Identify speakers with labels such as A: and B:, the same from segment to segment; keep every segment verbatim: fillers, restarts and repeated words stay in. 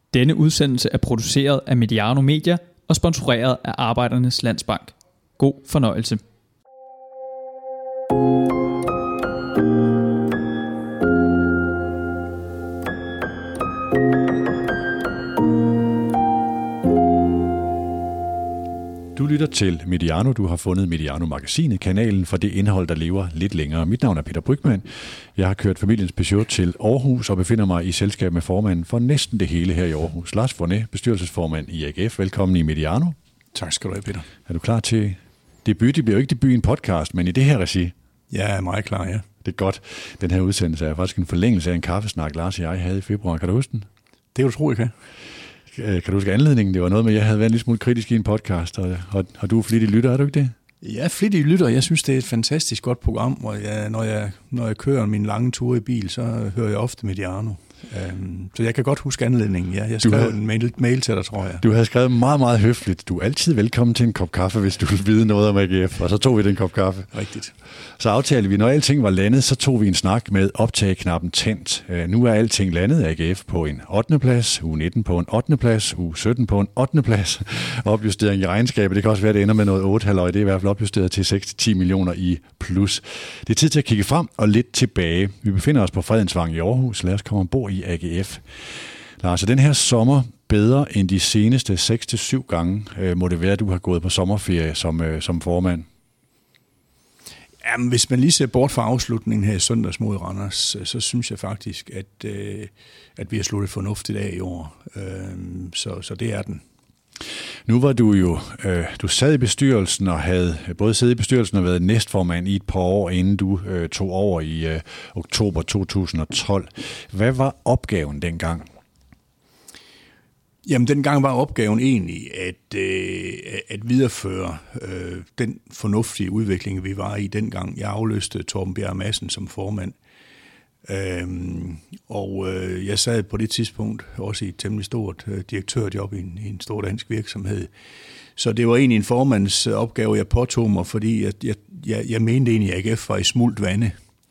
A: Denne udsendelse er produceret af Mediano Media og sponsoreret af Arbejdernes Landsbank. God fornøjelse.
B: Du lytter til Mediano. Du har fundet Mediano-magasinet, kanalen for det indhold, der lever lidt længere. Mit navn er Peter Brygmann. Jeg har kørt familiens Peugeot til Aarhus og befinder mig i selskab med formanden for næsten det hele her i Aarhus. Lars Forné, bestyrelsesformand i A G F. Velkommen i Mediano.
C: Tak skal du have, Peter.
B: Er du klar til debut? Det bliver jo ikke debut i en podcast, men i det her regi.
C: Jeg er meget klar, ja.
B: Det er godt. Den her udsendelse er faktisk en forlængelse af en kaffesnak, Lars og jeg havde i februar. Kan du huske den?
C: Det kan du tro, jeg kan.
B: Kan du huske anledningen? Det var noget med, at jeg havde været en lille smule kritisk i en podcast, og, og, og du er flittig lytter, er du ikke det?
C: Jeg er flittig lytter. Jeg synes, det er et fantastisk godt program, hvor jeg, når, jeg, når jeg kører min lange tur i bil, så hører jeg ofte Mediano. Um, så jeg kan godt huske anledningen. Ja, jeg skrev havde, en mail, mail til dig, tror jeg.
B: Du havde skrevet meget, meget høfligt. Du er altid velkommen til en kop kaffe, hvis du vil vide noget om A G F. Og så tog vi den kop kaffe.
C: Rigtigt.
B: Så aftalte vi, når alting var landet, så tog vi en snak med optageknappen tændt. Uh, nu er alting landet. A G F på en ottende plads, U nitten på en ottende plads, U sytten på en ottende plads. Opjustering i regnskabet. Det kan også være, at det ender med noget otte halvøj. Det er i hvert fald opjusteret til seks til ti millioner i plus. Det er tid til at kigge frem og lidt tilbage. Vi befinder os på Fredensvang i Aarhus. Lad os komme ombord i A G F. Lars, den her sommer bedre end de seneste seks til syv gange, øh, må det være, at du har gået på sommerferie som, øh, som formand?
C: Jamen, hvis man lige ser bort fra afslutningen her i søndags mod Randers, så synes jeg faktisk, at, øh, at vi har sluttet fornuftigt af i år. Øh, så, så det er den.
B: Nu var du jo, øh, du sad i bestyrelsen og havde både siddet i bestyrelsen og været næstformand i et par år, inden du øh, tog over i øh, oktober to tusind og tolv. Hvad var opgaven dengang?
C: Jamen, dengang var opgaven egentlig at, øh, at videreføre øh, den fornuftige udvikling, vi var i dengang. Jeg afløste Torben Bjerre Madsen som formand. Øhm, og øh, jeg sad på det tidspunkt også i et temmelig stort øh, direktørjob i en, i en stor dansk virksomhed. Så det var egentlig en formands opgave, jeg påtog mig, fordi jeg, jeg, jeg, jeg mente egentlig, at A G F var i smult vande.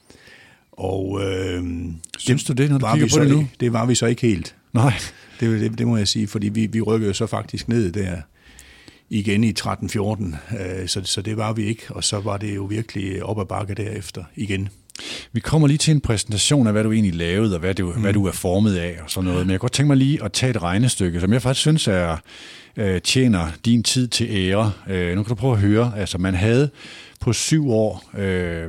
C: Og øh,
B: synes du det, når du kigger på det nu?
C: Ikke, det var vi så ikke helt.
B: Nej.
C: Det, det, det må jeg sige, fordi vi, vi rykkede så faktisk ned der igen i tretten fjorten, øh, så, så det var vi ikke, og så var det jo virkelig op ad bakke derefter igen.
B: Vi kommer lige til en præsentation af, hvad du egentlig lavede, og hvad du, mm. hvad du er formet af, og sådan noget. Men jeg kan godt tænke mig lige at tage et regnestykke, som jeg faktisk synes er, øh, tjener din tid til ære. Øh, nu kan du prøve at høre. Altså, man havde på syv år øh,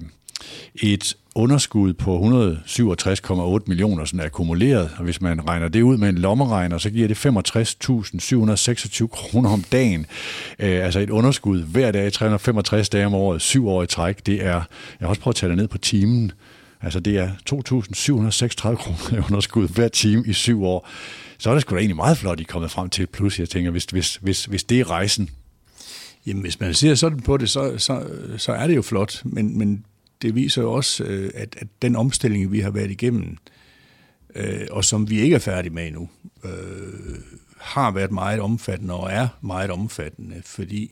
B: et underskud på et hundrede og syvogtres komma otte millioner sådan akkumuleret, og hvis man regner det ud med en lommeregner, så giver det femogtres tusind syv hundrede og seksogtyve kroner om dagen. Øh, altså et underskud hver dag, tre hundrede og femogtres dage om året, syv år i træk, det er, jeg har også prøvet at tage det ned på timen, altså det er to tusind syv hundrede og seksogtredive kroner i underskud hver time i syv år. Så er det sgu da egentlig meget flot, I er kommet frem til et plus, jeg tænker, hvis, hvis, hvis, hvis det er rejsen.
C: Jamen, hvis man ser sådan på det, så, så, så er det jo flot, men, men det viser jo også, at, at den omstilling, vi har været igennem, øh, og som vi ikke er færdige med endnu, øh, har været meget omfattende og er meget omfattende, fordi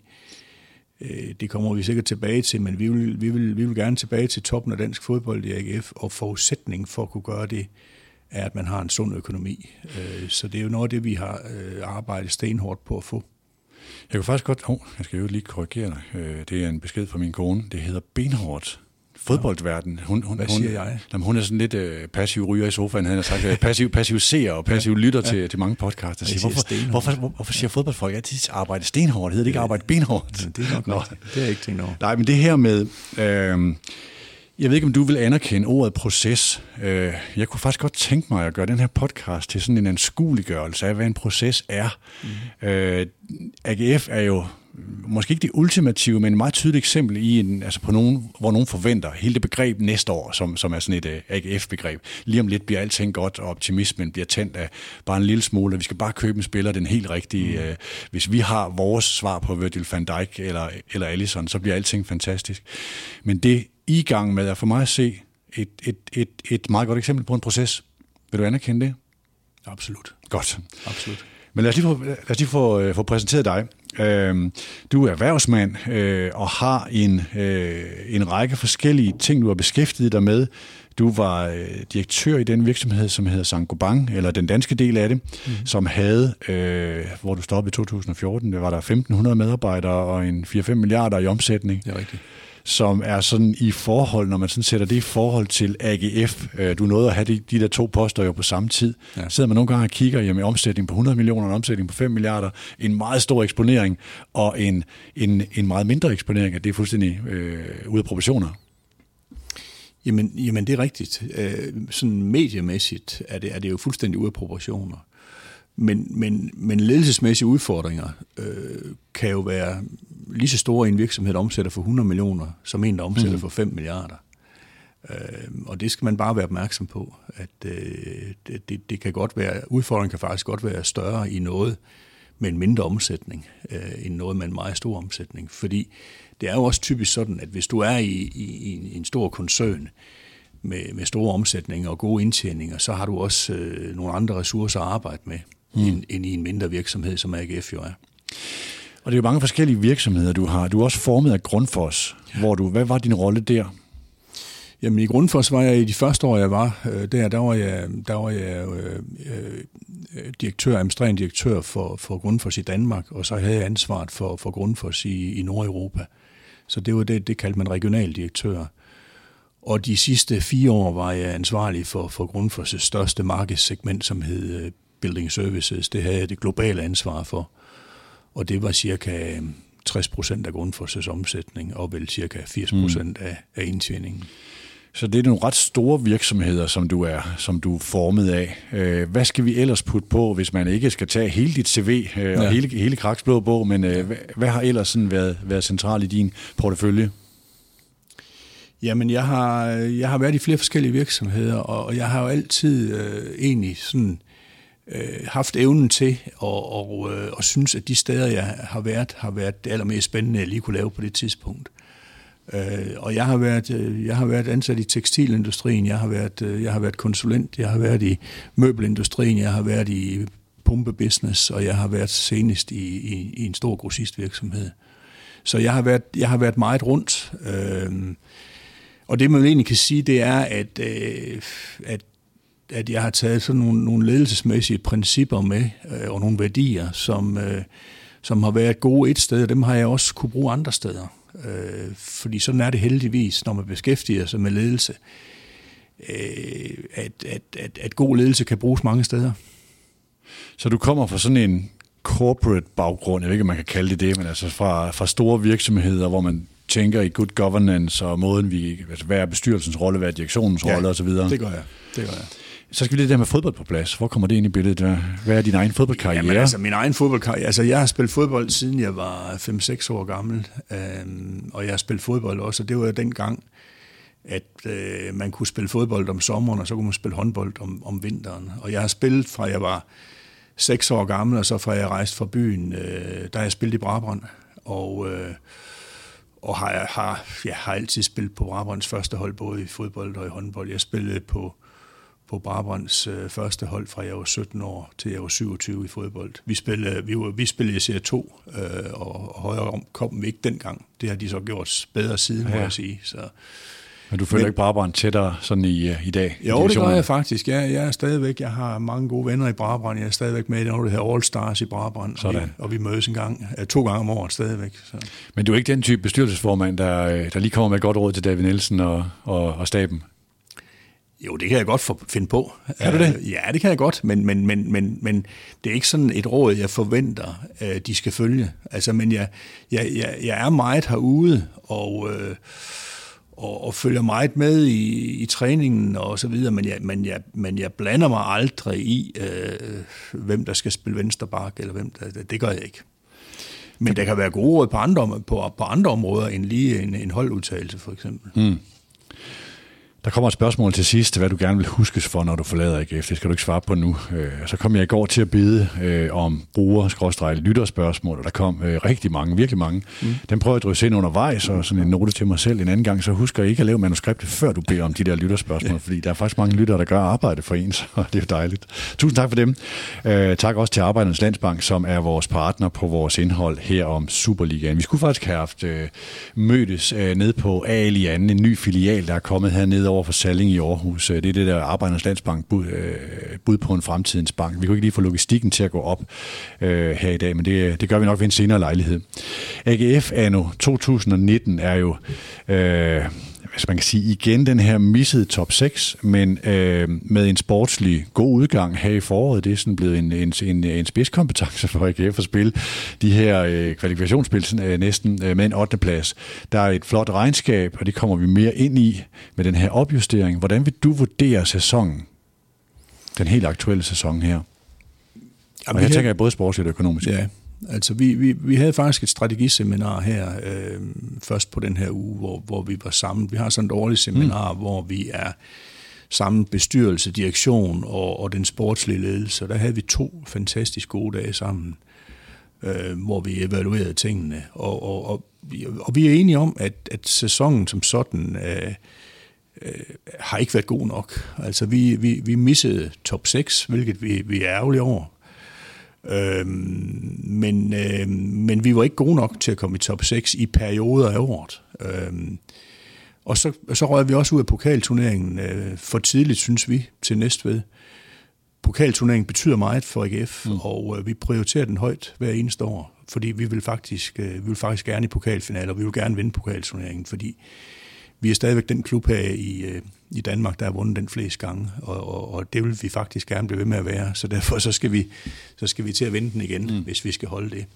C: øh, det kommer vi sikkert tilbage til, men vi vil, vi, vil, vi vil gerne tilbage til toppen af dansk fodbold i A G F, og forudsætning for at kunne gøre det, er, at man har en sund økonomi. Øh, så det er jo noget af det, vi har øh, arbejdet stenhårdt på at få.
B: Jeg kan faktisk godt, oh, jeg skal jo lige korrigere dig, det er en besked fra min kone, det hedder benhårdt. Fodboldverden. Hun, hun,
C: Hvad siger jeg?
B: Hun, hun er sådan lidt øh, passiv ryger i sofaen. Han har sagt øh, passiv, passiv seer og passiv ja, lytter ja. til, til mange podcasts. Siger, hvorfor, hvorfor, hvorfor, hvorfor siger fodboldfolk altid arbejde stenhårdt? Hedder det ikke arbejde benhårdt?
C: Ja, det er nok godt. Det har jeg ikke tænkt over.
B: Nej, men det her med... Øh, jeg ved ikke, om du vil anerkende ordet proces. Øh, jeg kunne faktisk godt tænke mig at gøre den her podcast til sådan en anskueliggørelse af, hvad en proces er. Mm. Øh, A G F er jo måske ikke det ultimative, men et meget tydeligt eksempel i en, altså på nogen, hvor nogen forventer hele det begreb næste år, som, som er sådan et uh, A G F-begreb. Lige om lidt bliver alting godt, og optimismen bliver tændt af bare en lille smule. Vi skal bare købe en spiller, den helt rigtige. Mm. Uh, hvis vi har vores svar på Virgil van Dijk eller, eller Alisson, så bliver alting fantastisk. Men det i gang med er for mig at se et, et, et, et meget godt eksempel på en proces. Vil du anerkende det?
C: Absolut.
B: Godt.
C: Absolut.
B: Men lad os lige få, lad os lige få, få præsenteret dig. Øh, du er erhvervsmand øh, og har en, øh, en række forskellige ting, du har beskæftiget dig med. Du var øh, direktør i den virksomhed, som hedder Saint-Gobain, eller den danske del af det, mm. som havde, øh, hvor du stoppede i to tusind og fjorten, der var der femten hundrede medarbejdere og en fire til fem milliarder i omsætning.
C: Det er rigtigt.
B: Som er sådan i forhold, når man sådan sætter det i forhold til A G F. Øh, du nåede at have de, de der to poster jo på samme tid. Ja. Sidder man nogle gange og kigger, jamen omsætning på hundrede millioner, en omsætning på fem milliarder, en meget stor eksponering, og en, en, en meget mindre eksponering, at det er fuldstændig øh, ude af proportioner.
C: Jamen, jamen det er rigtigt. Øh, sådan mediemæssigt er det, er det jo fuldstændig ude af proportioner. Men, men, men ledelsesmæssige udfordringer øh, kan jo være lige så store i en virksomhed, der omsætter for hundrede millioner, som en, der omsætter mm. for fem milliarder. Øh, og det skal man bare være opmærksom på, at øh, det, det kan godt være, udfordringen kan faktisk godt være større i noget med en mindre omsætning, øh, end noget med en meget stor omsætning. Fordi det er jo også typisk sådan, at hvis du er i, i, i en stor koncern med, med store omsætninger og gode indtjeninger, så har du også øh, nogle andre ressourcer at arbejde med, mm. end, end i en mindre virksomhed, som A G F jo er.
B: Og det er jo mange forskellige virksomheder, du har. Du er også formet af Grundfos. Ja. Hvor du, hvad var din rolle der?
C: Jamen i Grundfos var jeg i de første år, jeg var øh, der, der var jeg, der var jeg øh, øh, direktør, administrerende direktør for, for Grundfos i Danmark, og så havde jeg ansvaret for, for Grundfos i, i Nordeuropa. Så det var det, det kaldte man regionaldirektør. Og de sidste fire år var jeg ansvarlig for, for Grundfos' største markedssegment, som hed Building Services. Det havde jeg det globale ansvar for. Og det var cirka tres procent af Grundfos' omsætning, og vel cirka firs procent mm. af, af indtjeningen.
B: Så det er nogle ret store virksomheder, som du er, som du er formet af. Hvad skal vi ellers putte på, hvis man ikke skal tage hele dit C V og ja. hele, hele Kraks blå bog, men hvad, hvad har ellers sådan været, været centralt i din portefølje?
C: Jamen, jeg har, jeg har været i flere forskellige virksomheder, og jeg har jo altid øh, egentlig sådan øh, haft evnen til og, og, øh, og synes, at de steder, jeg har været, har været det allermest spændende, jeg lige kunne lave på det tidspunkt. Øh, og jeg har været, jeg har været ansat i tekstilindustrien, jeg har været, jeg har været konsulent, jeg har været i møbelindustrien, jeg har været i pumpebusiness, og jeg har været senest i, i, i en stor grossistvirksomhed. Så jeg har været, jeg har været meget rundt. Øh, og det, man egentlig kan sige, det er, at, øh, at, at jeg har taget sådan nogle, nogle ledelsesmæssige principper med, øh, og nogle værdier, som, øh, som har været gode et sted, og dem har jeg også kunne bruge andre steder. Øh, fordi sådan er det heldigvis, når man beskæftiger sig med ledelse, øh, at, at, at, at god ledelse kan bruges mange steder.
B: Så du kommer fra sådan en corporate baggrund, jeg ved ikke, om man kan kalde det det, men altså fra, fra store virksomheder, hvor man tænker i good governance og måden, vi, altså hvad er bestyrelsens rolle, hvad er direktionens
C: ja,
B: rolle osv.
C: det gør jeg, det gør jeg.
B: Så skal vi det der med fodbold på plads. Hvor kommer det ind i billedet? Hvad er din egen fodboldkarriere?
C: Jamen altså, min egen fodboldkarriere. Altså, jeg har spillet fodbold, siden jeg var fem seks år gammel. Øhm, og jeg har spillet fodbold også, og det var jo dengang, at øh, man kunne spille fodbold om sommeren, og så kunne man spille håndbold om, om vinteren. Og jeg har spillet fra jeg var seks år gammel, og så fra jeg rejste fra byen, øh, der har jeg spillet i Brabrand. Og, øh, og har, har, jeg har altid spillet på Brabrands første hold, både i fodbold og i håndbold. Jeg spillede på på Brabrands øh, første hold fra jeg var sytten år til jeg var syvogtyve i fodbold. Vi spillede, vi var, vi spillede i serie to, øh, og, og højere kom vi ikke dengang. Det har de så gjort bedre siden, ja. må jeg sige. Så,
B: men du føler men, ikke Brabrand tættere sådan i, i dag?
C: Jo, det gør jeg faktisk. Jeg, jeg er stadigvæk, jeg har mange gode venner i Brabrand. Jeg er stadigvæk med i noget, der hedder All Stars i Brabrand. Og vi, og vi mødes en gang, to gange om året stadigvæk. Så.
B: Men du er ikke den type bestyrelsesformand, der, der lige kommer med et godt råd til David Nielsen og, og, og staben?
C: Jo, det kan jeg godt for, finde på.
B: Kan du det?
C: Uh, ja, det kan jeg godt, men, men, men, men, men det er ikke sådan et råd, jeg forventer, uh, de skal følge. Altså, men jeg, jeg, jeg, jeg er meget herude, og, uh, og, og følger meget med i, i træningen og så videre, men jeg, men, jeg, men jeg blander mig aldrig i, uh, hvem der skal spille venstreback, eller hvem der, det, det gør jeg ikke. Men der kan være gode råd på andre, på, på andre områder, end lige en, en holdudtagelse, for eksempel.
B: Mm. Der kommer et spørgsmål til sidst, hvad du gerne vil huskes for, når du forlader A G F. Det skal du ikke svare på nu. Så kom jeg i går til at bede om bruger-lytterspørgsmål, og der kom rigtig mange, virkelig mange. Mm. Den prøver jeg at drysse ind undervejs, og sådan en note til mig selv en anden gang, så husker jeg ikke at lave manuskriptet, før du beder om de der lytterspørgsmål, ja. Fordi der er faktisk mange lyttere, der gør arbejde for en, så det er jo dejligt. Tusind tak for dem. Tak også til Arbejdernes Landsbank, som er vores partner på vores indhold her om Superligaen. Vi skulle faktisk have haft mødtes ned på Alian, en ny filial, der er kommet hernede over for Salling i Aarhus. Det er det der Arbejdernes Landsbank bud, øh, bud på en fremtidens bank. Vi kunne ikke lige få logistikken til at gå op øh, her i dag, men det, det gør vi nok ved en senere lejlighed. A G F anno to tusind nitten er jo, øh, hvis man kan sige, igen den her missede top seks, men øh, med en sportslig god udgang her i foråret. Det er sådan blevet en, en, en, en spidskompetence for A G F at spille de her øh, kvalifikationsspil øh, næsten øh, med en ottende plads. Der er et flot regnskab, og det kommer vi mere ind i med den her opjustering. Hvordan vil du vurdere sæsonen? Den helt aktuelle sæson her. Og her tænker jeg både sportsligt og økonomisk.
C: Ja. Altså, vi, vi, vi havde faktisk et strategiseminar her, øh, først på den her uge, hvor, hvor vi var sammen. Vi har sådan et årligt seminar, mm. hvor vi er sammen bestyrelse, direktion og, og den sportslige ledelse. Der havde vi to fantastisk gode dage sammen, øh, hvor vi evaluerede tingene. Og, og, og, og vi er enige om, at, at sæsonen som sådan øh, øh, har ikke været god nok. Altså, vi, vi, vi missede top seks, hvilket vi, vi er ærgerlige over. Øhm, men, øh, men vi var ikke gode nok til at komme i top seks i perioder af året. Øhm, og så, så røg vi også ud af pokalturneringen øh, for tidligt, synes vi, til Næstved. Pokalturneringen betyder meget for A G F, mm. og øh, vi prioriterer den højt hver eneste år, fordi vi vil faktisk, øh, vi vil faktisk gerne i pokalfinaler, og vi vil gerne vinde pokalturneringen, fordi vi er stadigvæk den klub her i, øh, i Danmark, der har vundet den flest gange, og, og, og det vil vi faktisk gerne blive ved med at være, så derfor så skal vi, så skal vi til at vinde den igen, mm. hvis vi skal holde det.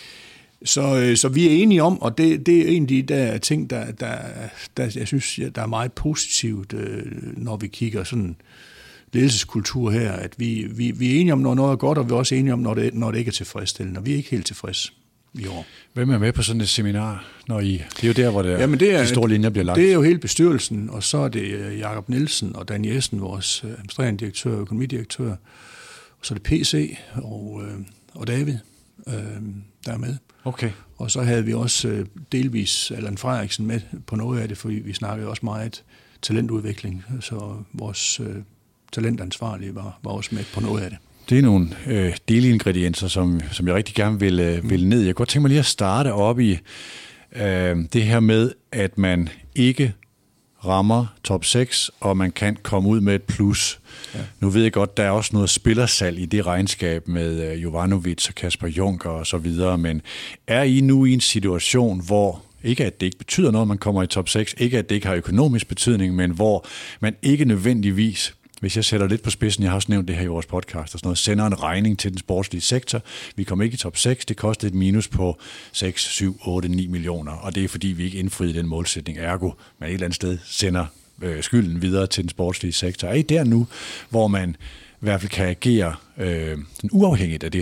C: Så, øh, så vi er enige om, og det, det er en af de der ting, der, der, der jeg synes, der er meget positivt, øh, når vi kigger sådan ledelseskultur her, at vi, vi, vi er enige om, når noget er godt, og vi er også enige om, når det, når det ikke er tilfredsstillende, og vi er ikke helt tilfredse i år. Hvem
B: er med på sådan et seminar, når I... Det er jo der, hvor det,
C: Jamen det er,
B: de store linjer bliver lagt.
C: Det er jo hele bestyrelsen, og så er det Jakob Nielsen og Dan Jessen, vores administrerende direktør og økonomidirektør, og så er det P C og, og David, der er med.
B: Okay.
C: Og så havde vi også delvis Allan Frederiksen med på noget af det, fordi vi snakkede også meget talentudvikling, så vores talentansvarlige var, var også med på noget af det.
B: Det er nogle øh, delingredienser, som, som jeg rigtig gerne vil, øh, vil ned. Jeg kunne godt tænke mig lige at starte op i øh, det her med, at man ikke rammer top seks, og man kan komme ud med et plus. Ja. Nu ved jeg godt, der er også noget spillersalg i det regnskab med øh, Jovanovic og Kasper Juncker og så videre, men er I nu i en situation, hvor ikke at det ikke betyder noget, man kommer i top seks, ikke at det ikke har økonomisk betydning, men hvor man ikke nødvendigvis, hvis jeg sætter lidt på spidsen, jeg har også nævnt det her i vores podcast, og sådan noget, sender en regning til den sportslige sektor. Vi kommer ikke i top seks, det koster et minus på seks, syv, otte, ni millioner, og det er fordi, vi ikke indfriede den målsætning. Ergo, man et eller andet sted sender øh, skylden videre til den sportslige sektor. Er I der nu, hvor man i hvert fald kan agere øh, uafhængigt af det?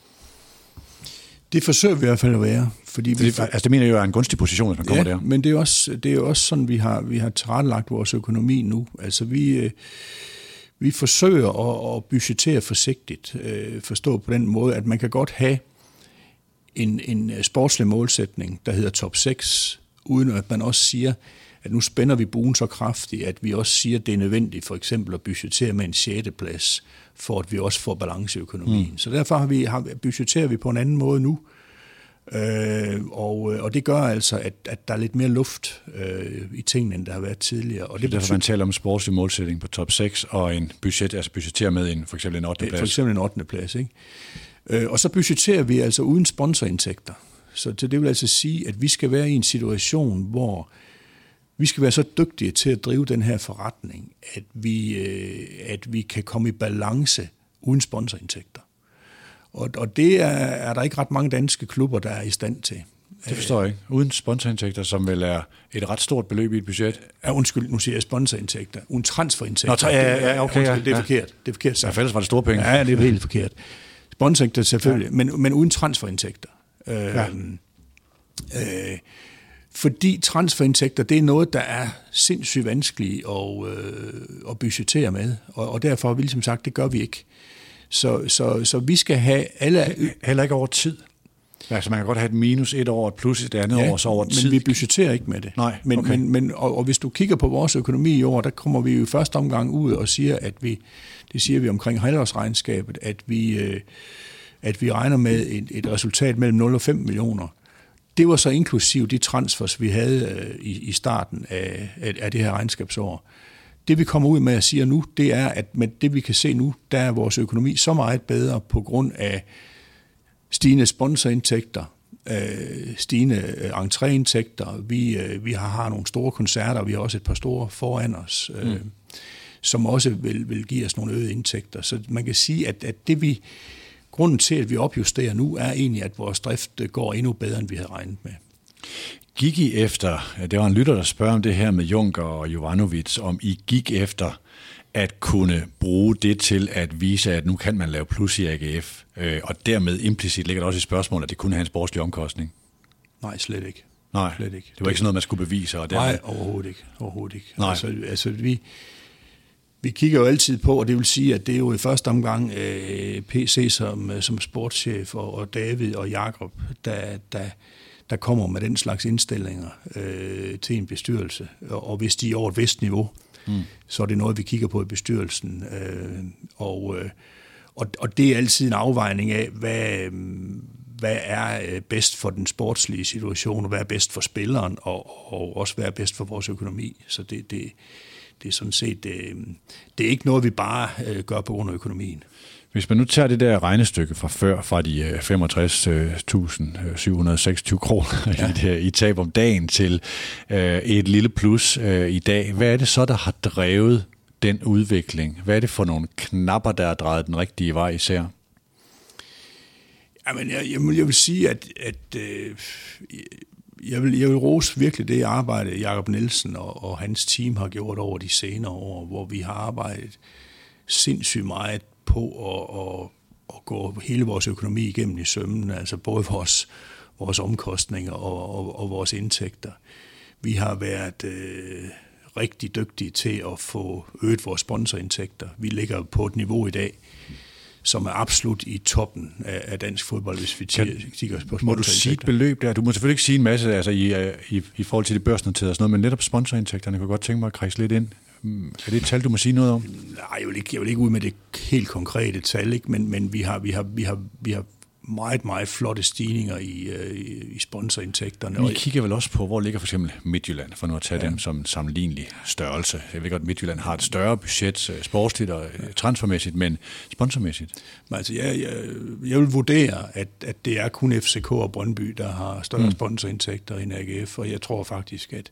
C: Det forsøger vi i hvert fald at være. Fordi vi,
B: det, altså det mener jeg jo er en gunstig position, hvis man kommer
C: ja,
B: der.
C: Men det er også, det er også sådan, vi har, vi har tilrettelagt vores økonomi nu. Altså vi... Øh, Vi forsøger at, at budgettere forsigtigt, øh, forstå på den måde, at man kan godt have en, en sportslig målsætning, der hedder top seks, uden at man også siger, at nu spænder vi buen så kraftigt, at vi også siger, at det er nødvendigt for eksempel at budgettere med en sjette plads, for at vi også får balance i økonomien. Mm. Så derfor har vi, har, budgetterer vi på en anden måde nu, Øh, og, og det gør altså, at, at der er lidt mere luft øh, i tingene, end der har været tidligere. Og det
B: derfor man taler om sportslig målsætning på top seks, og en budget, altså budgetterer med en, for eksempel en ottende plads.
C: For eksempel en ottende plads, ikke? Øh, og så budgetterer vi altså uden sponsorindtægter. Så det vil altså sige, at vi skal være i en situation, hvor vi skal være så dygtige til at drive den her forretning, at vi, øh, at vi kan komme i balance uden sponsorindtægter. Og, og det er, er der ikke ret mange danske klubber, der er i stand til.
B: Det forstår jeg ikke. Uden sponsorindtægter, som vel er et ret stort beløb i et budget.
C: Ja, undskyld, nu siger jeg sponsorindtægter. Uden transferindtægter.
B: Nå, ja, ja, okay,
C: undskyld, det er
B: ja.
C: forkert. Det er forkert sagt.
B: Ja, fælles var det store penge.
C: Ja, det er helt forkert. Sponsorindtægter selvfølgelig, ja. men, men uden transferindtægter. Ja. Øh, øh, Fordi transferindtægter, det er noget, der er sindssygt vanskeligt at, øh, at budgettere med, og, og derfor vil som sagt, det gør vi ikke. Så, så, så vi skal have alle...
B: Heller ikke over tid. Altså man kan godt have et minus et år, et plus et andet
C: ja,
B: år, så over tid.
C: Men vi budgetterer ikke med det.
B: Nej,
C: men,
B: okay.
C: men, men, og, og hvis du kigger på vores økonomi i år, der kommer vi jo i første omgang ud og siger, at vi, det siger vi omkring halvårsregnskabet, at vi, øh, at vi regner med et, et resultat mellem nul og fem millioner. Det var så inklusiv de transfers, vi havde øh, i, i starten af, af, af det her regnskabsår. Det vi kommer ud med at sige nu, det er, at med det vi kan se nu, der er vores økonomi så meget bedre på grund af stigende sponsorindtægter, øh, stigende øh, entréindtægter. Vi, øh, vi har, har nogle store koncerter, og vi har også et par store foran os, øh, mm. som også vil, vil give os nogle øgede indtægter. Så man kan sige, at, at det vi, grunden til, at vi opjusterer nu, er egentlig, at vores drift går endnu bedre, end vi havde regnet med.
B: Gik I efter, det var en lytter, der spørger om det her med Juncker og Jovanovic, om I gik efter at kunne bruge det til at vise, at nu kan man lave plus i A G F, øh, og dermed implicit ligger der også et spørgsmål, at det kunne have en sportslig omkostning?
C: Nej, slet ikke.
B: Nej,
C: slet ikke.
B: Det var ikke sådan noget, man skulle bevise? Og dermed...
C: Nej, overhovedet ikke. Overhovedet ikke.
B: Nej.
C: Altså, altså vi, vi kigger jo altid på, og det vil sige, at det er jo i første omgang øh, P C som, som sportschef, og, og David og Jakob, der, der, der kommer med den slags indstillinger øh, til en bestyrelse. Og, og hvis de er over et vist niveau, Mm. så er det noget, vi kigger på i bestyrelsen. Øh, og, øh, og, og det er altid en afvejning af, hvad, hvad er bedst for den sportslige situation, og hvad er bedst for spilleren, og, og også hvad er bedst for vores økonomi. Så det, det, det er sådan set, det, det er ikke noget, vi bare øh, gør på grund af økonomien.
B: Hvis man nu tager det der regnestykke fra før, fra de femogtres tusind syv hundrede og seksogtyve kroner ja. i tab om dagen til øh, et lille plus øh, i dag, hvad er det så, der har drevet den udvikling? Hvad er det for nogle knapper, der har drejet den rigtige vej især?
C: Jamen, jeg, jeg, jeg vil sige, at, at øh, jeg, vil, jeg vil rose virkelig det arbejde, Jakob Nielsen og, og hans team har gjort over de senere år, hvor vi har arbejdet sindssygt meget på at, at, at gå hele vores økonomi igennem i sømmen, altså både vores, vores omkostninger og, og, og vores indtægter. Vi har været øh, rigtig dygtige til at få øget vores sponsorindtægter. Vi ligger på et niveau i dag, som er absolut i toppen af, af dansk fodbold, hvis vi kigger på sponsorindtægter. Må du sige et beløb der? Du må selvfølgelig ikke sige en masse altså i, i, i forhold til det børsnoterede og sådan noget, men netop sponsorindtægterne kan godt tænke mig at kredse lidt ind. Er det et tal, du må sige noget om? Nej, jeg vil ikke, jeg vil ikke ud med det helt konkrete tal, ikke? Men, men vi, har, vi, har, vi, har, vi har meget, meget flotte stigninger i, i, i sponsorindtægterne.
B: Vi kigger vel også på, hvor ligger for eksempel Midtjylland, for nu at tage ja. dem som sammenlignelig størrelse. Jeg ved godt, at Midtjylland har et større budget sportsligt og transfermæssigt, men sponsormæssigt.
C: Men altså, jeg, jeg, jeg vil vurdere, at, at det er kun F C K og Brøndby, der har større mm. sponsorindtægter end A G F, og jeg tror faktisk, at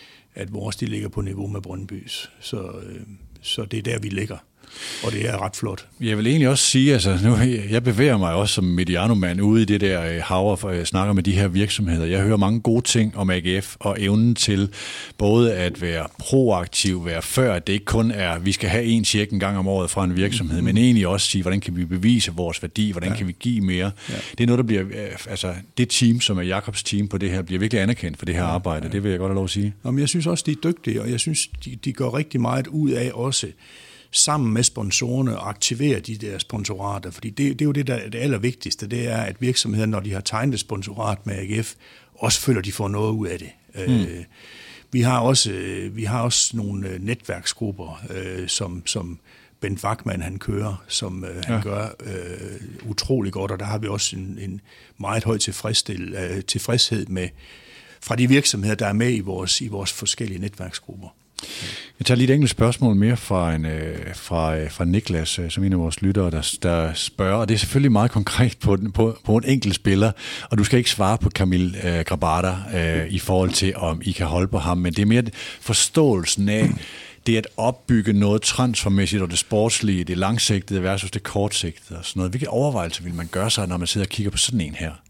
C: at vores de ligger på niveau med Brøndbys. Så, øh, så det er der, vi ligger. Og det er ret flot.
B: Jeg vil egentlig også sige, altså nu, jeg bevæger mig også som medianomand ude i det der hav, og jeg snakker med de her virksomheder. Jeg hører mange gode ting om A G F og evnen til både at være proaktiv, være før, at det ikke kun er, at vi skal have en check en gang om året fra en virksomhed, mm-hmm. men egentlig også sige, hvordan kan vi bevise vores værdi, hvordan ja. kan vi give mere. Ja. Det er noget, der bliver, altså det team, som er Jakobs team på det her, bliver virkelig anerkendt for det her ja, arbejde. Ja. Det vil jeg godt have lov at sige.
C: Nå, men jeg synes også, de er dygtige, og jeg synes, de, de går rigtig meget ud af også sammen med sponsorerne og aktivere de der sponsorater, fordi det, det er jo det, der er det allervigtigste, det er, at virksomheder, når de har tegnet sponsorat med A G F, også føler, at de får noget ud af det. Mm. Øh, vi har også, vi har også nogle netværksgrupper, øh, som, som Bent Wachmann, han kører, som øh, han ja. gør øh, utrolig godt, og der har vi også en, en meget høj øh, tilfredshed med fra de virksomheder, der er med i vores, i vores forskellige netværksgrupper.
B: Jeg tager lige et enkelt spørgsmål mere fra, en, fra, fra Niklas, som en af vores lyttere, der, der spørger, og det er selvfølgelig meget konkret på, på, på en enkelt spiller, og du skal ikke svare på Kamil øh, Grabada øh, i forhold til, om I kan holde på ham, men det er mere forståelsen af, det at opbygge noget transfermæssigt, og det sportslige, det langsigtede versus det kortsigtede og sådan noget. Hvilke overvejelser vil man gøre sig, når man sidder og kigger på sådan en her?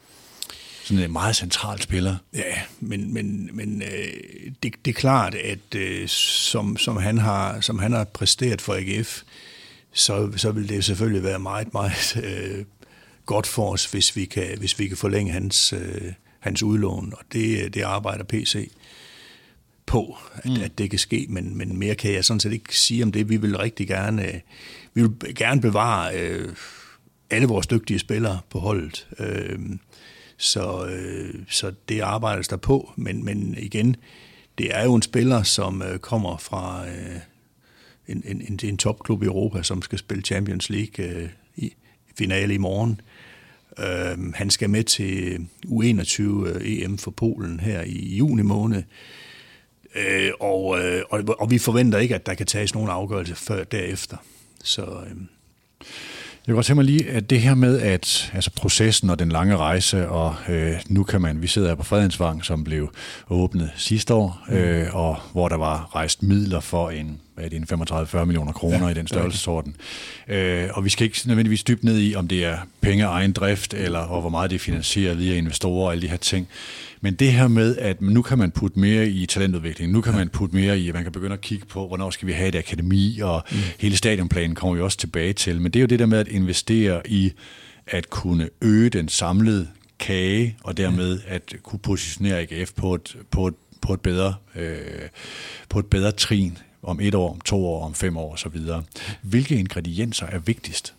B: Sådan en meget central spiller.
C: Ja, men, men, men øh, det, det er klart, at øh, som, som, han har, som han har præsteret for A G F, så, så vil det selvfølgelig være meget, meget øh, godt for os, hvis vi kan, hvis vi kan forlænge hans, øh, hans udlån, og det, det arbejder P C på, at, mm. at det kan ske, men, men mere kan jeg sådan set ikke sige om det. Vi vil rigtig gerne, vi vil gerne bevare øh, alle vores dygtige spillere på holdet, øh, så, øh, så det arbejdes der på, men, men igen, det er jo en spiller, som øh, kommer fra øh, en, en, en topklub i Europa, som skal spille Champions League øh, i finale i morgen. Øh, han skal med til U enogtyve E M for Polen her i juni måned, øh, og, øh, og, og vi forventer ikke, at der kan tages nogen afgørelse før derefter. Så... Øh,
B: Jeg kan godt tænke mig lige, at det her med, at altså processen og den lange rejse, og øh, nu kan man, vi sidder her på Fredensvang, som blev åbnet sidste år, mm. øh, og hvor der var rejst midler for en, hvad er det, en femogtredive til fyrre millioner kroner ja, i den størrelsesorden. Øh, og vi skal ikke nødvendigvis dybt ned i, om det er penge og egen drift, eller og hvor meget det er finansieret via investorer og alle de her ting. Men det her med, at nu kan man putte mere i talentudvikling, nu kan man putte mere i, at man kan begynde at kigge på, hvornår skal vi have et akademi, og mm. hele stadionplanen kommer vi også tilbage til. Men det er jo det der med at investere i at kunne øge den samlede kage, og dermed at kunne positionere A G F på et, på et, på et, bedre, øh, på et bedre trin om et år, om to år, om fem år osv. Hvilke ingredienser er vigtigst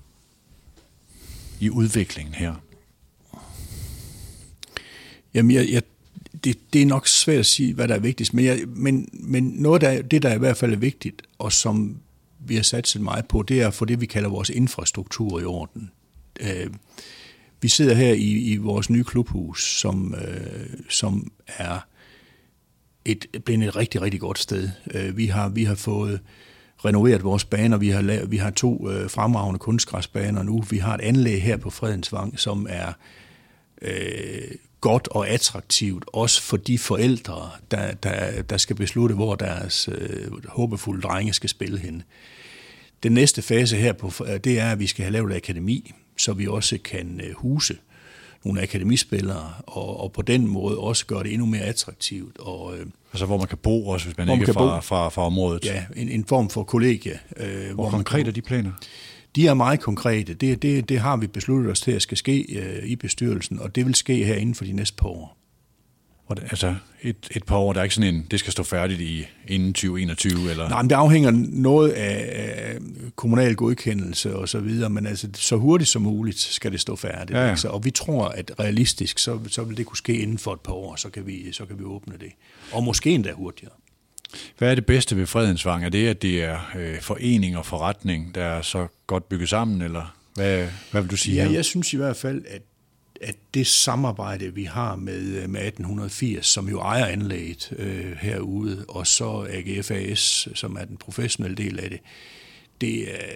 B: i udviklingen her?
C: Jamen, jeg, jeg, det, det er nok svært at sige, hvad der er vigtigst, men, jeg, men, men noget af det, der i hvert fald er vigtigt, og som vi har satset meget på, det er at få det, vi kalder vores infrastruktur i orden. Øh, vi sidder her i, i vores nye klubhus, som, øh, som er et, blevet et rigtig, rigtig godt sted. Øh, vi, har, vi har fået renoveret vores baner, vi har, lavet, vi har to øh, fremragende kunstgræsbaner nu, vi har et anlæg her på Fredensvang, som er... Øh, godt og attraktivt, også for de forældre, der, der, der skal beslutte, hvor deres øh, håbefulde drenge skal spille hen. Den næste fase her, på, det er, at vi skal have lavet et akademi, så vi også kan øh, huse nogle akademispillere, og, og på den måde også gøre det endnu mere attraktivt. Og, øh,
B: altså hvor man kan bo også, hvis man ikke er fra, fra, fra området?
C: Ja, en, en form for kollegie. Øh,
B: hvor hvor konkret er de planer?
C: De er meget konkrete. Det, det, det har vi besluttet os til, at skal ske øh, i bestyrelsen, og det vil ske her inden for de næste par år.
B: Det, altså et, et par år, der er ikke sådan en, det skal stå færdigt i inden tyve enogtyve? Eller?
C: Nej, men det afhænger noget af, af kommunal godkendelse og så videre, men altså så hurtigt som muligt skal det stå færdigt. Ja, ja. Så, og vi tror, at realistisk, så, så vil det kunne ske inden for et par år, så kan vi, så kan vi åbne det. Og måske endda hurtigere.
B: Hvad er det bedste ved Fredensvang? Er det, at det er øh, forening og forretning, der er så godt bygget sammen, eller hvad, hvad vil du sige?
C: Ja, jeg synes i hvert fald, at, at det samarbejde, vi har med, med atten firs, som jo ejer anlægget øh, herude, og så A G F A S, som er den professionelle del af det, det er,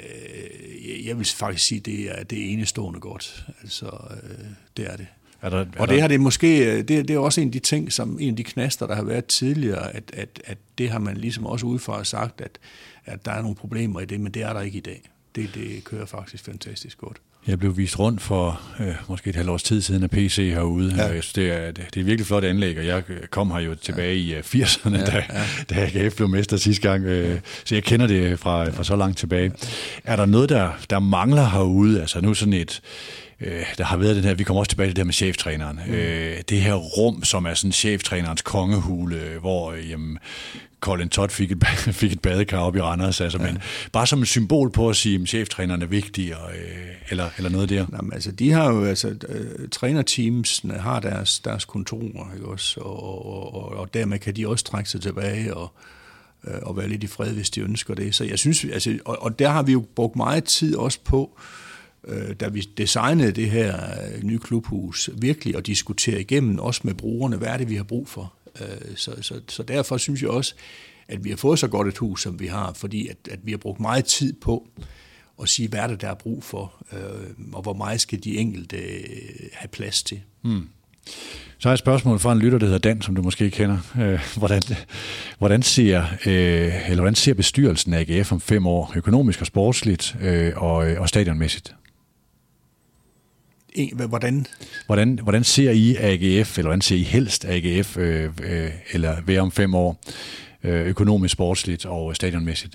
C: jeg vil faktisk sige, det er det er enestående godt. Altså, øh, det er det. Er der, er og det har det måske, det, det er også en af de ting, som en af de knaster, der har været tidligere, at, at, at det har man ligesom også udefra sagt, at, at der er nogle problemer i det, men det er der ikke i dag. Det, det kører faktisk fantastisk godt. Jeg
B: blev vist rundt for øh, måske et halvt års tid siden af P C herude. Ja. Det, er, det er virkelig flot anlæg, og jeg kom her jo tilbage ja. i firserne, ja, da, ja. da A G F blev mester sidste gang. Øh, så jeg kender det fra, fra så langt tilbage. Er der noget, der, der mangler herude? Altså nu sådan et... Der har været den her, vi kommer også tilbage til det her med cheftræneren. Mm. Det her rum, som er sådan cheftrænerens kongehule, hvor jamen, Colin Todd fik et, fik et badekar op i Randers. Altså, ja. Men bare som et symbol på at sige, at cheftræneren er vigtig, og, eller, eller noget der.
C: Jamen, altså, de har jo, altså, trænerteamsene har deres, deres kontorer, ikke også? Og, og, og, og dermed kan de også trække sig tilbage og, og være lidt i fred, hvis de ønsker det. Så jeg synes, altså, og, og der har vi jo brugt meget tid også på, da vi designede det her nye klubhus, virkelig at diskutere igennem, også med brugerne, hvad er det, vi har brug for. Så, så, så derfor synes jeg også, at vi har fået så godt et hus, som vi har, fordi at, at vi har brugt meget tid på at sige, hvad er det, der er brug for, og hvor meget skal de enkelte have plads til.
B: Hmm. Så har jeg et spørgsmål fra en lytter, der hedder Dan, som du måske kender. Hvordan, hvordan, ser, eller hvordan ser bestyrelsen af A G F om fem år, økonomisk og sportsligt og, og stadionmæssigt?
C: Hvordan?
B: Hvordan, hvordan ser I A G F, eller hvordan ser I helst A G F, øh, øh, eller være om fem år, øh, økonomisk, sportsligt og stadionmæssigt?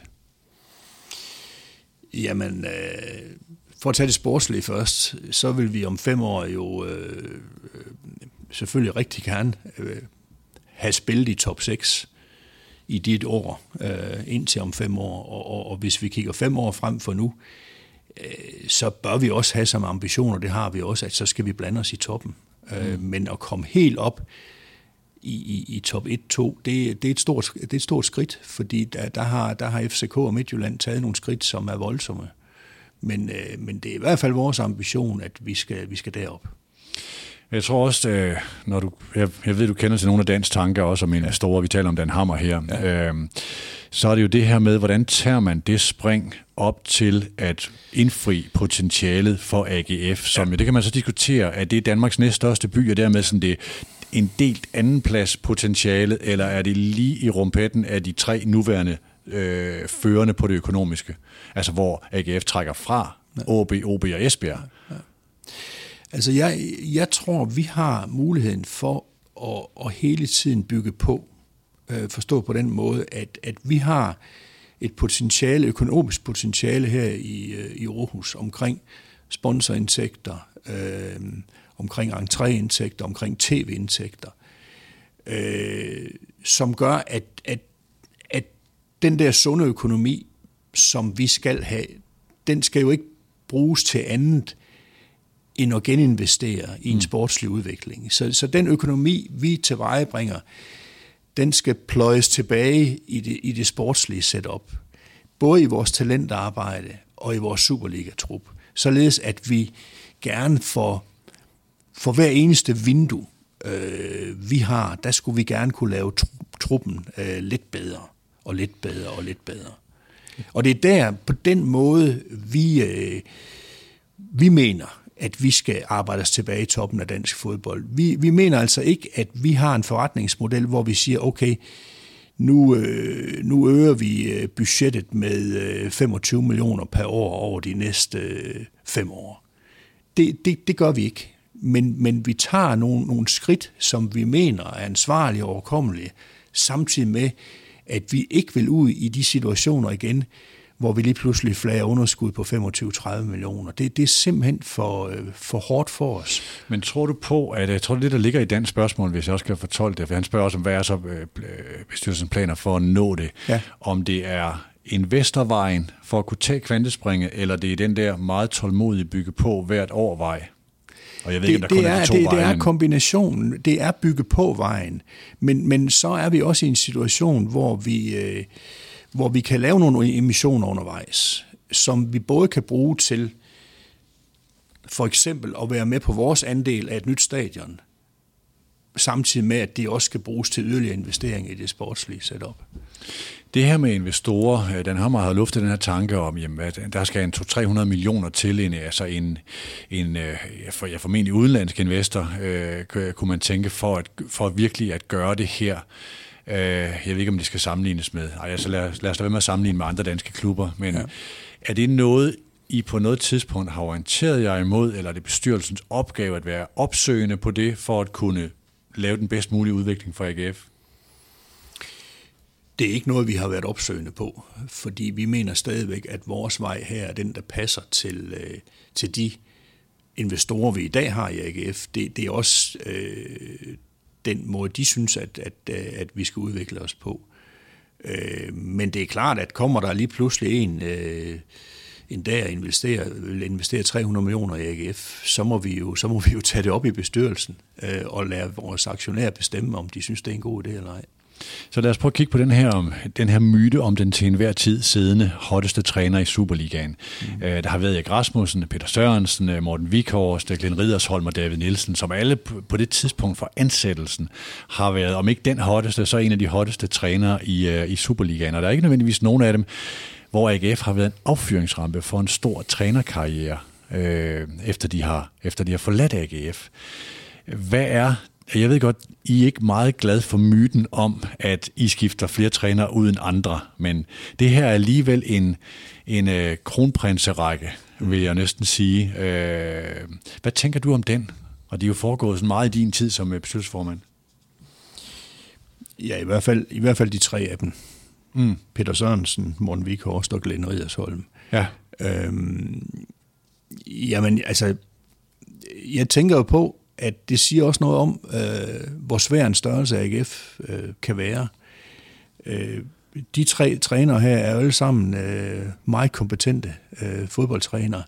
C: Jamen, øh, for at tage det sportslige først, så vil vi om fem år jo øh, selvfølgelig rigtig gerne øh, have spillet i top seks i dit år, øh, indtil om fem år. Og, og, og hvis vi kigger fem år frem for nu, øh, så bør vi også have som ambitioner, det har vi også, at så skal vi blande os i toppen. Mm. Øh, men at komme helt op i, i, i top et to, det, det, er et stort, det er et stort skridt, fordi der, der, har, der har F C K og Midtjylland taget nogle skridt, som er voldsomme. Men, øh, men det er i hvert fald vores ambition, at vi skal, vi skal derop.
B: Jeg tror også, øh, når du, jeg, jeg ved, du kender til nogle af Dans tanker, også om investorer, vi taler om Dan Hammer her, ja. øh, så er det jo det her med, hvordan tager man det spring op til at indfri potentialet for A G F, som ja. Det kan man så diskutere, at det er Danmarks næststørste by, og dermed sådan det en delt andenplads potentialet, eller er det lige i rumpetten af de tre nuværende øh, førende på det økonomiske, altså hvor A G F trækker fra O B, O B og Esbjerg. Ja. Ja.
C: Altså jeg, jeg tror, vi har muligheden for at, at hele tiden bygge på, øh, forstå på den måde, at, at vi har et potentiale, økonomisk potentiale her i, i Aarhus omkring sponsorindtægter, øh, omkring entréindtægter, omkring tv-indtægter, øh, som gør, at, at, at den der sunde økonomi, som vi skal have, den skal jo ikke bruges til andet, end at geninvestere i en sportslig udvikling. Så, så den økonomi, vi tilvejebringer, den skal pløjes tilbage i det, i det sportslige setup. Både i vores talentarbejde og i vores Superliga-trup. Således at vi gerne for, for hver eneste vindue, øh, vi har, der skulle vi gerne kunne lave truppen øh, lidt bedre, og lidt bedre, og lidt bedre. Og det er der, på den måde, vi, øh, vi mener, at vi skal arbejde os tilbage i toppen af dansk fodbold. Vi, vi mener altså ikke, at vi har en forretningsmodel, hvor vi siger, okay, nu, øh, nu øger vi budgettet med øh, femogtyve millioner per år over de næste øh, fem år. Det, det, det gør vi ikke. Men, men vi tager nogle, nogle skridt, som vi mener er ansvarlige og overkommelige, samtidig med, at vi ikke vil ud i de situationer igen, hvor vi lige pludselig flager underskud på femogtyve til tredive millioner. Det, det er simpelthen for, for hårdt for os.
B: Men tror du på, at jeg tror det, der ligger i Dans spørgsmål, hvis jeg også skal fortolke det, for han spørger også om, hvad er så bestyrelsens planer for at nå det? Ja. Om det er investorvejen for at kunne tage kvantespringet, eller det er den der meget tålmodige bygge på hvert år vej? Og jeg ved
C: det,
B: ikke, om der
C: det,
B: kun
C: er,
B: er de to
C: det,
B: veje,
C: det er
B: men...
C: kombinationen. Det er bygge på vejen. Men, men så er vi også i en situation, hvor vi... Øh, hvor vi kan lave nogle emissioner undervejs, som vi både kan bruge til for eksempel at være med på vores andel af et nyt stadion, samtidig med, at det også skal bruges til yderligere investering i det sportslige setup.
B: Det her med investorer, Dan Hammer har luftet den her tanke om, jamen, at der skal en to til tre hundrede millioner til, en, altså en, en for, ja, formentlig udenlandsk investor, øh, kunne man tænke, for at, for virkelig at gøre det her. Jeg ved ikke, om det skal sammenlignes med. Ej, altså lad, lad os da være med at sammenligne med andre danske klubber. Men ja. Er det noget, I på noget tidspunkt har orienteret jer imod, eller er det bestyrelsens opgave at være opsøgende på det, for at kunne lave den bedst mulige udvikling for A G F?
C: Det er ikke noget, vi har været opsøgende på, fordi vi mener stadigvæk, at vores vej her er den, der passer til, øh, til de investorer, vi i dag har i A G F. Det, det er også... Øh, den måde, de synes, at, at, at vi skal udvikle os på. Øh, men det er klart, at kommer der lige pludselig en, øh, en dag investere, vil investere tre hundrede millioner i A G F, så må vi jo, så må vi jo tage det op i bestyrelsen øh, og lade vores aktionærer bestemme, om de synes, det er en god idé eller ej.
B: Så lad os prøve at kigge på den her, den her myte om den til enhver tid siddende hotteste træner i Superligaen. Mm. Øh, der har været Erik Rasmussen, Peter Sørensen, Morten Vikhorst, Glenn Riddersholm og David Nielsen, som alle på det tidspunkt for ansættelsen har været, om ikke den hotteste, så en af de hotteste trænere i, uh, i Superligaen. Og der er ikke nødvendigvis nogen af dem, hvor A G F har været en affyringsrampe for en stor trænerkarriere, øh, efter, de har, efter de har forladt A G F. Hvad er... Jeg ved godt, I er ikke meget glad for myten om, at I skifter flere trænere uden andre, men det her er alligevel en, en øh, kronprinserække, vil jeg næsten sige. Øh, hvad tænker du om den? Og det er jo foregået sådan meget i din tid som bestyrelsesformand.
C: Ja, i hvert fald, i hvert fald de tre af dem. Mm. Peter Sørensen, Morten Vikhorst og Glenn Riddersholm. Ja. Øhm, jamen, altså, jeg tænker jo på, at det siger også noget om, øh, hvor svær en størrelse A G F øh, kan være. Øh, de tre trænere her er jo alle sammen øh, meget kompetente øh, fodboldtrænere,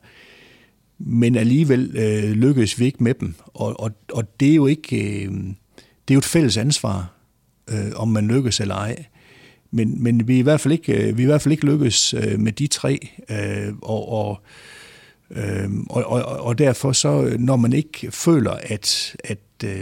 C: men alligevel øh, lykkes vi ikke med dem, og, og, og det er jo ikke øh, det er jo et fælles ansvar, øh, om man lykkes eller ej. Men, men vi er i hvert fald ikke vi er i hvert fald ikke lykkes øh, med de tre, øh, og, og, øh, og, og, og derfor så, når man ikke føler, at, at, øh,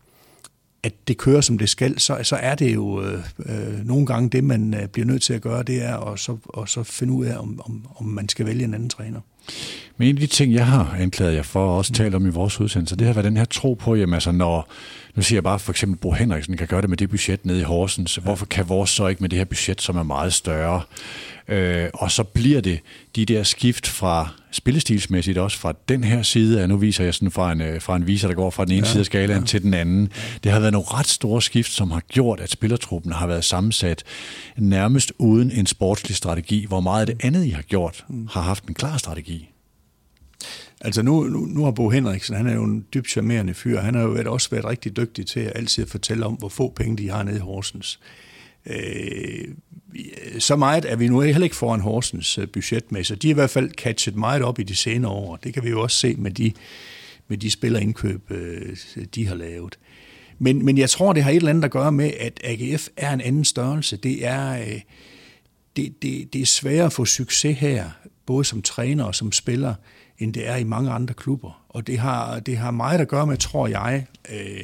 C: at det kører, som det skal, så, så er det jo øh, nogle gange det, man øh, bliver nødt til at gøre, det er at så, og så finde ud af, om, om, om man skal vælge en anden træner.
B: Men en af de ting, jeg har anklaget jer for, og også talt om i vores udsendelse, det har været den her tro på, jamen altså når, nu siger jeg bare for eksempel, Bo Henriksen kan gøre det med det budget nede i Horsens, hvorfor kan vores så ikke med det her budget, som er meget større? Øh, og så bliver det de der skift fra spillestilsmæssigt også fra den her side af, nu viser jeg sådan fra en, fra en viser, der går fra den ene ja, side af skalaen ja. til den anden. Det har været nogle ret store skift, som har gjort, at spillertruppen har været sammensat nærmest uden en sportslig strategi, hvor meget af det andet, I har gjort, har haft en klar strategi.
C: Altså nu, nu, nu har Bo Henriksen, han er jo en dybt charmerende fyr, han har jo været, også været rigtig dygtig til at altid fortælle om, hvor få penge de har nede i Horsens. Øh, så meget er vi nu heller ikke foran Horsens budgetmæssigt. De er i hvert fald catchet meget op i de senere år. Det kan vi jo også se med de, med de spillerindkøb, de har lavet. Men, men jeg tror, det har et eller andet at gøre med, at A G F er en anden størrelse. Det er, det, det, det er sværere at få succes her, både som træner og som spiller, end det er i mange andre klubber. Og det har, det har meget at gøre med, tror jeg, øh,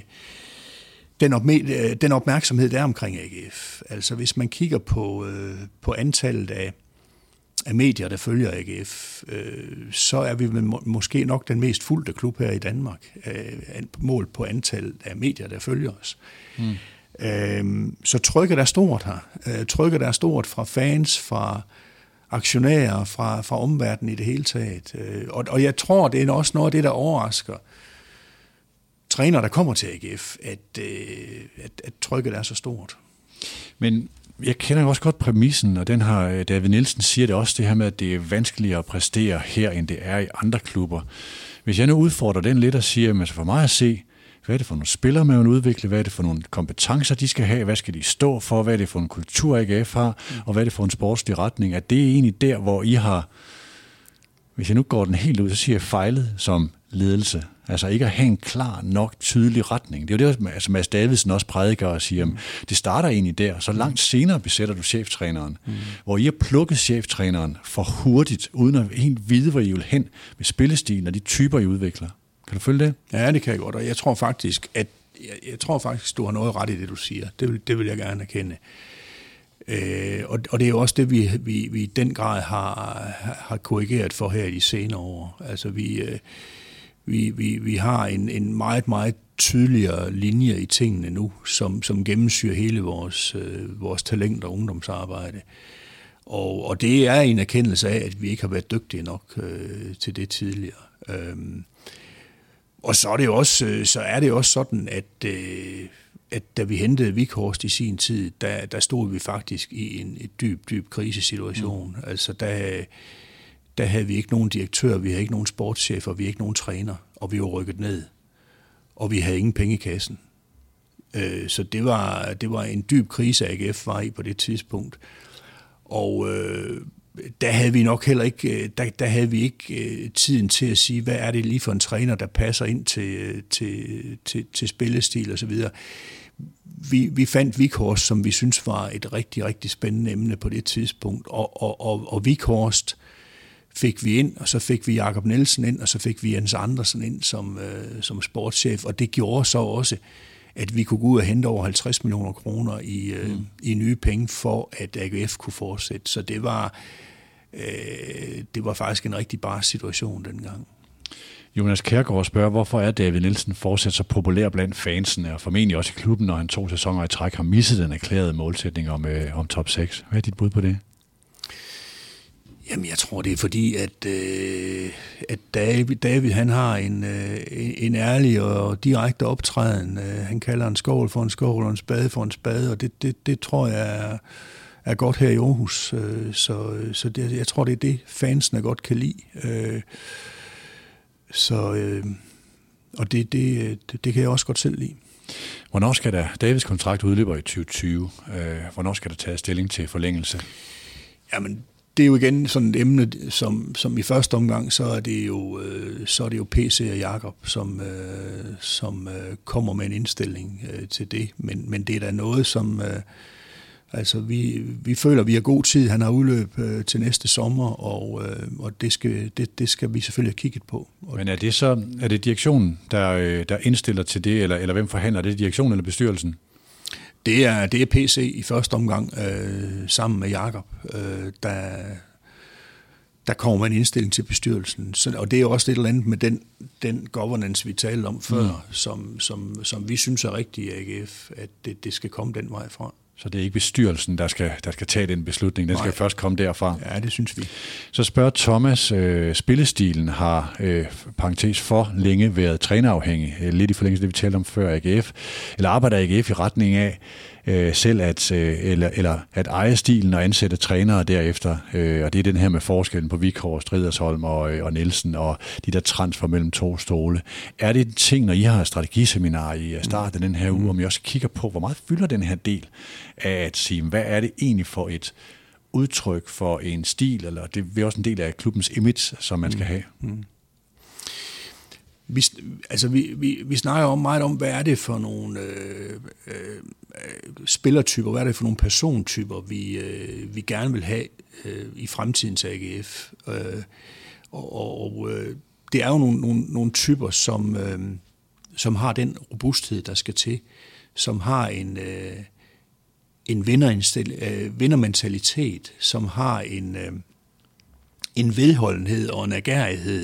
C: den, opme- den opmærksomhed, der er omkring A G F. Altså hvis man kigger på, øh, på antallet af, af medier, der følger A G F, øh, så er vi må- måske nok den mest fulgte klub her i Danmark, øh, målt på antallet af medier, der følger os. Mm. Øh, så trykket er stort her. Øh, trykket er stort fra fans, fra aktionærer, fra, fra omverdenen i det hele taget. Øh, og, og jeg tror, det er også noget af det, der overrasker trænere, der kommer til A G F, at, øh, at, at trykket er så stort.
B: Men jeg kender jo også godt præmissen, og den har David Nielsen siger det også, det her med, at det er vanskeligere at præstere her, end det er i andre klubber. Hvis jeg nu udfordrer den lidt og siger, altså for mig at se, hvad er det for nogle spillere, man vil udvikle, hvad er det for nogle kompetencer, de skal have, hvad skal de stå for, hvad er det for en kultur, A G F har, og hvad er det for en sportslig retning, at det er egentlig der, hvor I har, hvis jeg nu går den helt ud, så siger jeg fejlet som ledelse. Altså ikke at have en klar nok, tydelig retning. Det er jo det, altså Mads Davidsen også prædiker og siger, mm. det starter egentlig der, så langt senere besætter du cheftræneren, mm. hvor I har plukket cheftræneren for hurtigt, uden at helt vide, hvor I vil hen med spillestilen og de typer, I udvikler. Kan du følge det?
C: Ja, det kan jeg godt, og jeg tror faktisk, at jeg, jeg tror faktisk, du har noget ret i det, du siger. Det vil, det vil jeg gerne erkende. Øh, og, og det er jo også det, vi, vi, vi i den grad har, har korrigeret for her i de senere år. Altså vi, øh, vi, vi, vi har en, en meget, meget tydeligere linje i tingene nu, som, som gennemsyrer hele vores, øh, vores talent- og ungdomsarbejde. Og, og det er en erkendelse af, at vi ikke har været dygtige nok øh, til det tidligere. Øh, Og så er det jo også, så er det jo også sådan, at, at da vi hentede Vikhorst i sin tid, der, der stod vi faktisk i en et dyb, dyb krisesituation. Mm. Altså der, der havde vi ikke nogen direktør, vi havde ikke nogen sportschefer, vi havde ikke nogen træner, og vi var rykket ned. Og vi havde ingen penge i kassen. Så det var, det var en dyb krise, A G F var i på det tidspunkt. Og der havde vi nok heller ikke, der, der havde vi ikke tiden til at sige, hvad er det lige for en træner, der passer ind til, til, til, til spillestil og så videre. Vi, vi fandt Vikhorst, som vi synes var et rigtig, rigtig spændende emne på det tidspunkt, og, og, og, og Vikhorst fik vi ind, og så fik vi Jakob Nielsen ind, og så fik vi Jens Andersen ind som, øh, som sportschef, og det gjorde så også, at vi kunne gå ud og hente over halvtreds millioner kroner i, øh, mm. i nye penge, for at A G F kunne fortsætte. Så det var, øh, det var faktisk en rigtig bare situation dengang.
B: Jonas Kjærgaard spørger, hvorfor er David Nielsen fortsat så populær blandt fansene, og formentlig også i klubben, når han to sæsoner i træk har misset den erklærede målsætning om, øh, om top seks. Hvad er dit bud på det?
C: Jamen, jeg tror, det er fordi, at, øh, at David, David han har en, øh, en ærlig og direkte optræden. Øh, han kalder en skål for en skål og en spade for en spade, og det, det, det tror jeg er, er godt her i Aarhus. Øh, så så det, jeg tror, det er det, fansene godt kan lide. Øh, så, øh, og det, det, det, det kan jeg også godt selv lide.
B: Hvornår skal der, Davids kontrakt udløber i tyve tyve, øh, hvornår skal der tage stilling til forlængelse?
C: Jamen, det er jo igen sådan et emne, som, som i første omgang, så er det jo, øh, så er det jo P C og Jakob, som, øh, som øh, kommer med en indstilling øh, til det. Men, men det er da noget, som... Øh, altså, vi, vi føler, at vi har god tid. Han har udløb øh, til næste sommer, og, øh, og det, skal, det, det skal vi selvfølgelig have kigget på.
B: Men er det så er det direktionen, der, der indstiller til det, eller, eller hvem forhandler det? Direktionen eller bestyrelsen?
C: Det er, det er P C i første omgang, øh, sammen med Jakob, øh, der, der kommer en indstilling til bestyrelsen. Så, og det er også et eller andet med den, den governance, vi talte om før, mm. som, som, som vi synes er rigtigt i A G F, at det, det skal komme den vej fra.
B: Så det er ikke bestyrelsen, der skal, der skal tage den beslutning, den Nej. skal først komme derfra?
C: Ja, det synes vi.
B: Så spørger Thomas, øh, spillestilen har, øh, parentes for længe, været trænerafhængig, øh, lidt i forlængelse af det, vi talte om før A G F, eller arbejder A G F i retning af øh, selv at, øh, eller, eller at eje stilen og ansætte trænere derefter, øh, og det er den her med forskellen på Vikhorst, Stridersholm og, øh, og Nielsen, og de der transfer mellem to stole. Er det en ting, når I har strategiseminar i starten af den her uge, om I også kigger på, hvor meget fylder den her del af at sige, hvad er det egentlig for et udtryk for en stil, eller det er også en del af klubbens image, som man skal have?
C: Mm. Vi, altså vi, vi, vi snakker om meget om, hvad er det for nogle øh, øh, spillertyper, hvad er det for nogle persontyper, vi, øh, vi gerne vil have øh, i fremtidens A G F. Øh, og og øh, det er jo nogle, nogle, nogle typer, som, øh, som har den robusthed, der skal til, som har en... Øh, en øh, vindermentalitet, som har en, øh, en vedholdenhed og en agerighed,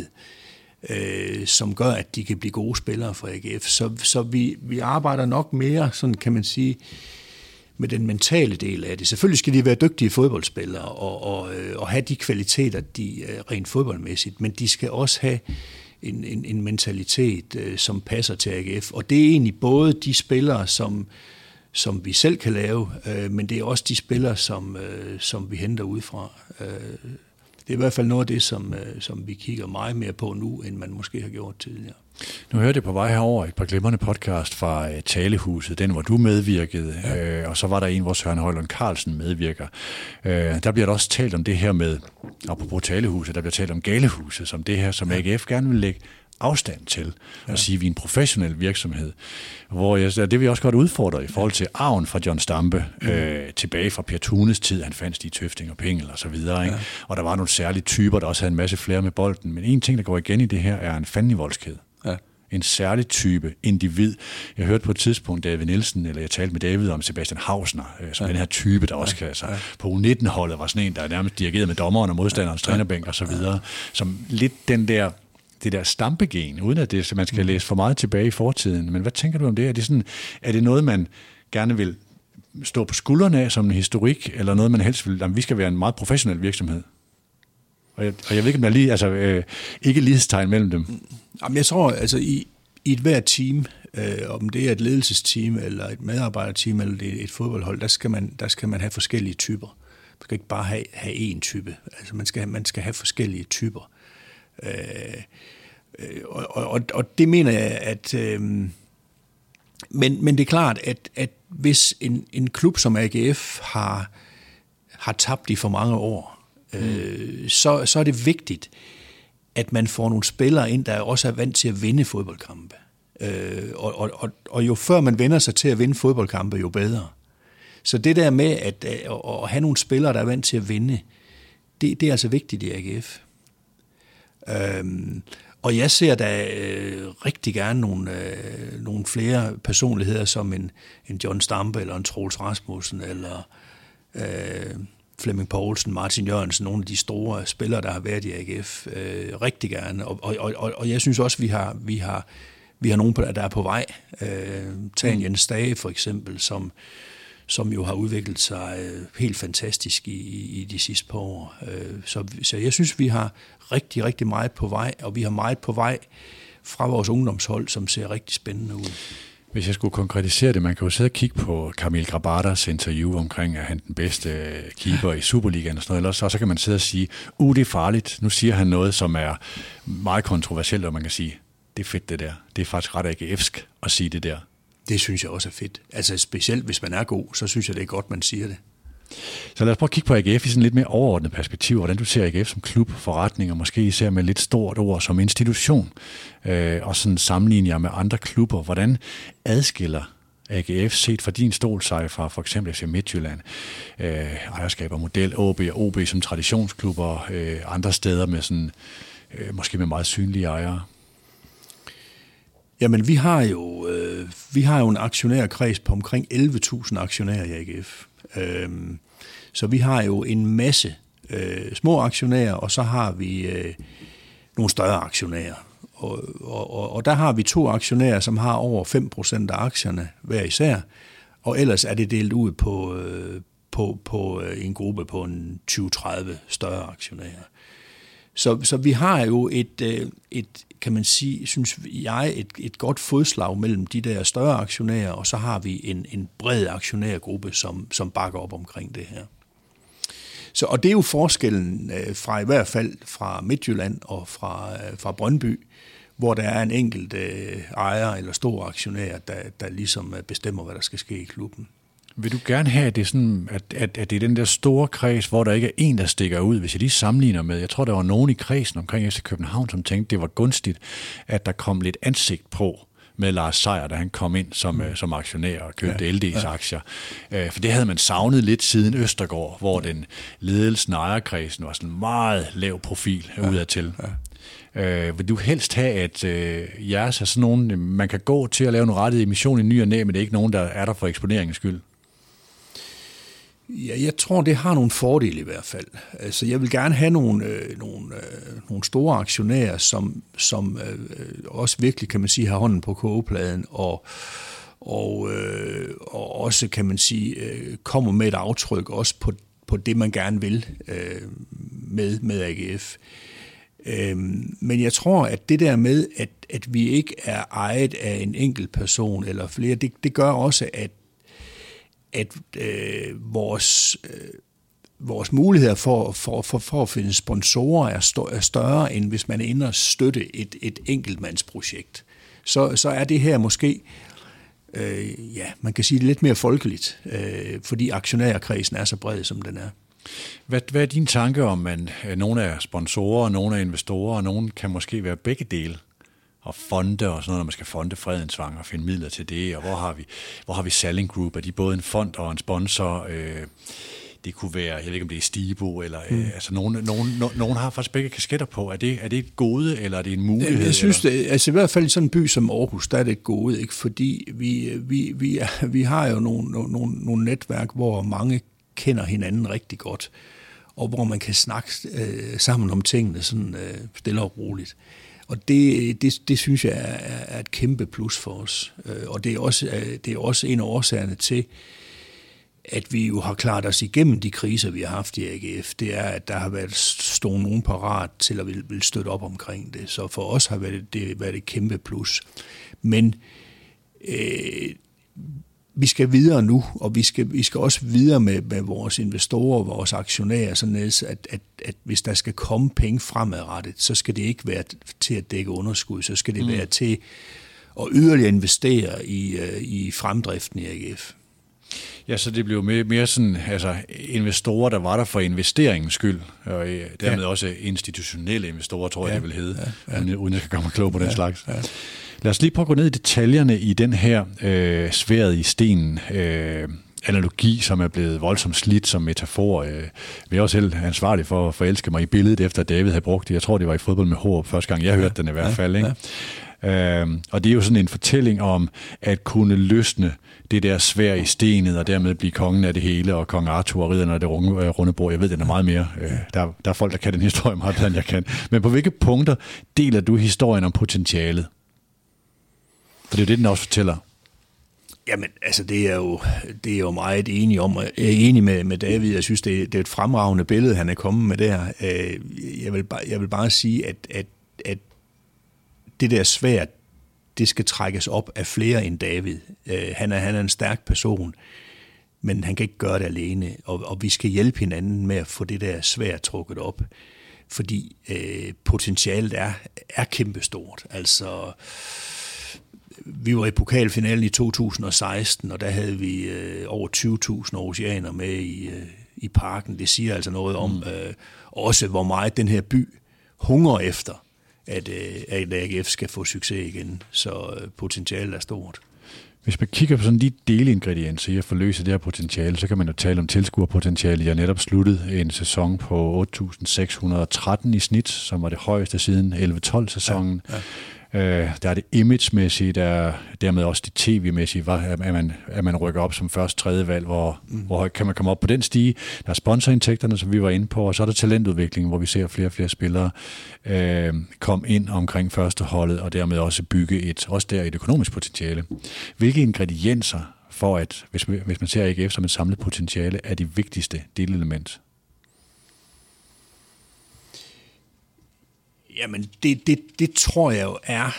C: øh, som gør, at de kan blive gode spillere for A G F. Så, så vi, vi arbejder nok mere, sådan kan man sige, med den mentale del af det. Selvfølgelig skal de være dygtige fodboldspillere og, og, og have de kvaliteter, de rent fodboldmæssigt, men de skal også have en, en, en mentalitet, som passer til A G F. Og det er egentlig både de spillere, som som vi selv kan lave, øh, men det er også de spillere, som, øh, som vi henter udefra. Øh, det er i hvert fald noget af det, som, øh, som vi kigger meget mere på nu, end man måske har gjort tidligere.
B: Nu hørte jeg på vej herover et par glimrende podcast fra uh, Talehuset, den hvor du medvirkede, ja. øh, og så var der en, hvor Søren Højlund Carlsen medvirker. Øh, der bliver der også talt om det her med, apropos Talehuset, der bliver talt om Galehuset, som det her, som A G F gerne vil lægge afstand til, og ja. sige, at vi er en professionel virksomhed. Hvor jeg, det vil jeg også godt udfordre i forhold til arven fra John Stampe, mm. øh, tilbage fra Per Thunes tid, han fandt de Tøfting og Pengel og så videre. Ikke? Ja. Og der var nogle særlige typer, der også havde en masse flere med bolden. Men en ting, der går igen i det her, er en fandenivoldskæde. Ja. En særlig type individ. Jeg hørte på et tidspunkt David Nielsen, eller jeg talte med David om Sebastian Hausner, øh, som ja. den her type, der også kan, altså, ja. på U nitten-holdet var sådan en, der nærmest dirigeret med dommeren og modstanderens ja. trænerbænk og så videre. Ja. Som lidt den der det der stampegen, uden at det, man skal læse for meget tilbage i fortiden. Men hvad tænker du om det? Er det, sådan, er det noget, man gerne vil stå på skuldrene af som en historik, eller noget, man helst vil, jamen, vi skal være en meget professionel virksomhed? Og jeg, og jeg ved ikke, om der er lige, altså, øh, ikke lighedstegn mellem dem.
C: Jamen, jeg tror, altså i, i et hvert team, øh, om det er et ledelsesteam, eller et medarbejderteam, eller det er et fodboldhold, der skal man, der skal man have forskellige typer. Man skal ikke bare have, have én type. Altså, man skal, man skal have forskellige typer. Øh, øh, og, og, og det mener jeg, at øh, men, men det er klart, at, at hvis en, en klub som A G F har, har tabt i for mange år, øh, mm. så, så er det vigtigt, at man får nogle spillere ind, der også er vant til at vinde fodboldkampe. Øh, og, og, og, og jo før man vender sig til at vinde fodboldkampe, jo bedre. Så det der med at, at, at have nogle spillere, der er vant til at vinde, det, det er altså vigtigt i A G F. Øhm, og jeg ser da øh, rigtig gerne nogle, øh, nogle flere personligheder som en, en John Stampe eller en Troels Rasmussen eller øh, Flemming Poulsen, Martin Jørgensen, nogle af de store spillere, der har været i A G F, øh, rigtig gerne. Og, og, og, og jeg synes også, vi har vi har vi har nogen, der er på vej. Øh, tag en Jens Stage for eksempel, som som jo har udviklet sig øh, helt fantastisk i, i de sidste par år. Øh, så, så jeg synes, vi har rigtig, rigtig meget på vej, og vi har meget på vej fra vores ungdomshold, som ser rigtig spændende ud.
B: Hvis jeg skulle konkretisere det, man kan jo sidde og kigge på Kamil Grabatas interview omkring, at han er den bedste keeper i Superligaen og sådan noget, og så kan man sidde og sige, uh, det er farligt. Nu siger han noget, som er meget kontroversielt, og man kan sige, det er fedt det der. Det er faktisk ret A G F'sk at sige det der.
C: Det synes jeg også er fedt. Altså specielt hvis man er god, så synes jeg, det er godt, man siger det.
B: Så lad os prøve at kigge på A G F i sådan lidt mere overordnet perspektiv. Hvordan du ser A G F som klub, forretning, og måske især med lidt stort ord som institution. Øh, og sådan sammenligner med andre klubber. Hvordan adskiller A G F set fra din stol sig fra for eksempel F C Midtjylland, øh, ejerskab og model, A B og O B som traditionsklubber, øh, andre steder med sådan, øh, måske med meget synlige ejere?
C: Jamen, vi har jo, øh, vi har jo en aktionærkreds på omkring elleve tusind aktionærer i A G F. Øhm, så vi har jo en masse øh, små aktionærer, og så har vi øh, nogle større aktionærer. Og, og, og der har vi to aktionærer, som har over fem procent af aktierne hver især, og ellers er det delt ud på, øh, på, på en gruppe på en tyve til tredive større aktionærer. Så, så vi har jo et, et, kan man sige, synes jeg, et, et godt fodslag mellem de der større aktionærer, og så har vi en, en bred aktionærgruppe, som, som bakker op omkring det her. Så, og det er jo forskellen fra i hvert fald fra Midtjylland og fra, fra Brøndby, hvor der er en enkelt øh, ejer eller stor aktionær, der, der ligesom bestemmer, hvad der skal ske i klubben.
B: Vil du gerne have, at det er, sådan, at, at, at det er den der store kreds, hvor der ikke er en, der stikker ud, hvis jeg lige sammenligner med, jeg tror, der var nogen i kredsen omkring F C København, som tænkte, det var gunstigt, at der kom lidt ansigt på med Lars Seier, da han kom ind som, mm. som aktionær og købte ja, L D's ja. aktier. For det havde man savnet lidt siden Østergaard, hvor den ledelsen og ejerkredsen var sådan meget lav profil ja, udadtil. Ja. Øh, vil du helst have, at øh, jeres er sådan nogen, man kan gå til at lave en rettet emission i ny og næ, men det er ikke nogen, der er der for eksponeringens skyld?
C: Ja, jeg tror, det har nogle fordele i hvert fald. Altså, jeg vil gerne have nogle, øh, nogle, øh, nogle store aktionærer, som, som øh, også virkelig, kan man sige, har hånden på kogepladen, og, og, øh, og også, kan man sige, øh, kommer med et aftryk også på, på det, man gerne vil øh, med, med A G F. Øh, men jeg tror, at det der med, at, at vi ikke er ejet af en enkelt person eller flere, det, det gør også, at at øh, vores, øh, vores muligheder for, for, for, for at finde sponsorer er, større, er større, end hvis man er inde og støtte et, et enkeltmandsprojekt. Så, så er det her måske, øh, ja, man kan sige det lidt mere folkeligt, øh, fordi aktionærkredsen er så bred, som den er.
B: Hvad, hvad er din tanke om, at nogle er sponsorer, nogle er investorer, og nogle kan måske være begge dele? Og fonde og sådan noget, når man skal fonde Fredensvang og finde midler til det, og hvor har vi, hvor har vi Salling Group? Er de både en fond og en sponsor? Øh, det kunne være, jeg ved ikke om det er Stibo, eller mm. øh, altså nogen, nogen, nogen har faktisk begge kasketter på. Er det, er det et gode, eller er det en mulighed?
C: Jeg synes, det, altså i hvert fald i sådan en by som Aarhus, der er det et gode, ikke? Fordi vi, vi, vi, er, vi har jo nogle, nogle, nogle netværk, hvor mange kender hinanden rigtig godt, og hvor man kan snakke øh, sammen om tingene sådan øh, stille og roligt. Og det, det, det synes jeg er, er et kæmpe plus for os. Og det er, også, det er også en af årsagerne til, at vi jo har klaret os igennem de kriser, vi har haft i A G F. Det er, at der har været stået nogen parat til at vil, vil støtte op omkring det. Så for os har det, det været et kæmpe plus. Men øh, vi skal videre nu, og vi skal, vi skal også videre med, med vores investorer og vores aktionærer, således at, at, at hvis der skal komme penge fremadrettet, så skal det ikke være til at dække underskud, så skal det mm. være til at yderligere investere i, i fremdriften i A G F.
B: Ja, så det blev mere, mere sådan, altså investorer, der var der for investeringens skyld, og dermed ja. også institutionelle investorer, tror jeg, ja. det vil hedde, ja. Ja. uden at jeg kan komme klog på den ja. slags. Ja. Lad os lige prøve at gå ned i detaljerne i den her øh, sværet i stenen øh, analogi, som er blevet voldsomt slidt som metafor. Øh, vi er også selv ansvarlig for at forelske mig i billedet, efter David havde brugt det. Jeg tror, det var i Fodbold med Håb første gang, jeg hørte ja. den i hvert fald. Ikke? Ja. Øh, og det er jo sådan en fortælling om at kunne løsne det der svær i stenet, og dermed blive kongen af det hele, og kong Arthur og ridderne af det runde, runde bord. Jeg ved, den er meget mere. Øh, der, der er folk, der kan den historie meget bedre, end jeg kan. Men på hvilke punkter deler du historien om potentialet? For det er jo det, den også fortæller.
C: Jamen, altså, det er jo, det er jo meget enig om. Jeg er enig med, med David. Jeg synes, det er, det er et fremragende billede, han er kommet med der. Jeg vil bare, jeg vil bare sige, at, at, at det der svært, det skal trækkes op af flere end David. Han er, han er en stærk person, men han kan ikke gøre det alene. Og, og vi skal hjælpe hinanden med at få det der svært trukket op. fordi øh, potentialet er, er kæmpestort. Altså, vi var i pokalfinalen i to tusind og seksten, og der havde vi øh, over tyve tusind oceaner med i, øh, i parken. Det siger altså noget om mm. øh, også, hvor meget den her by hungrer efter, at, øh, at A G F skal få succes igen. Så øh, potentialet er stort.
B: Hvis man kigger på sådan de delingredienser i at forløse det her potentiale, så kan man jo tale om tilskuerpotentiale. Jeg har netop sluttet en sæson på otte tusind seks hundrede og tretten i snit, som var det højeste siden elleve tolv sæsonen. Ja, ja. Øh, der er det image-mæssige, der dermed også det tv-mæssige, at man, at man rykker op som først tredje valg, hvor, mm. hvor højt kan man komme op på den stige. Der er sponsorindtægterne, som vi var inde på, og så er der talentudviklingen, hvor vi ser flere og flere spillere øh, komme ind omkring førsteholdet, og dermed også bygge et, også der et økonomisk potentiale. Hvilke ingredienser for at, hvis, hvis man ser A G F som et samlet potentiale, er de vigtigste delelement?
C: Jamen, det, det, det tror jeg jo er,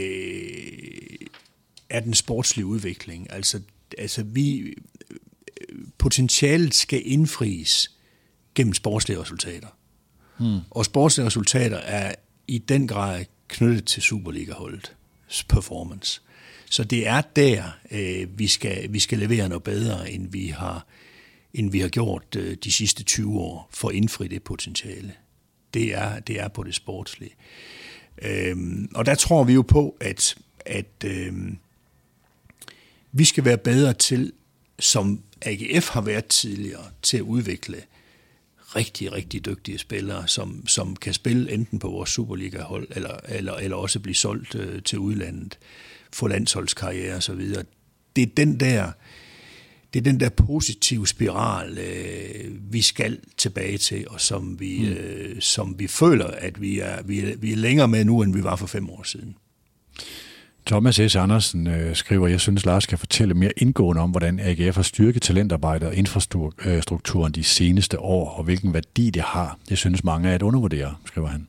C: øh, er den sportslige udvikling. Altså, altså vi, potentialet skal indfries gennem sportslige resultater. Hmm. Og sportslige resultater er i den grad knyttet til Superliga-holdets performance. Så det er der, øh, vi, skal, vi skal levere noget bedre, end vi har, end vi har gjort øh, de sidste tyve år for at indfri det potentiale. Det er, det er på det sportslige. Øhm, og der tror vi jo på, at, at øhm, vi skal være bedre til, som A G F har været tidligere, til at udvikle rigtig, rigtig dygtige spillere, som, som kan spille enten på vores Superliga-hold, eller, eller, eller også blive solgt øh, til udlandet, få landsholdskarriere osv. Det er den der... Det er den der positive spiral, øh, vi skal tilbage til, og som vi, mm. øh, som vi føler, at vi er, vi, er, vi er længere med nu, end vi var for fem år siden.
B: Thomas S. Andersen øh, skriver, jeg synes, Lars kan fortælle mere indgående om, hvordan A G F har styrket talentarbejdet og infrastrukturen de seneste år, og hvilken værdi det har. Det synes mange er at undervurdere, skriver han.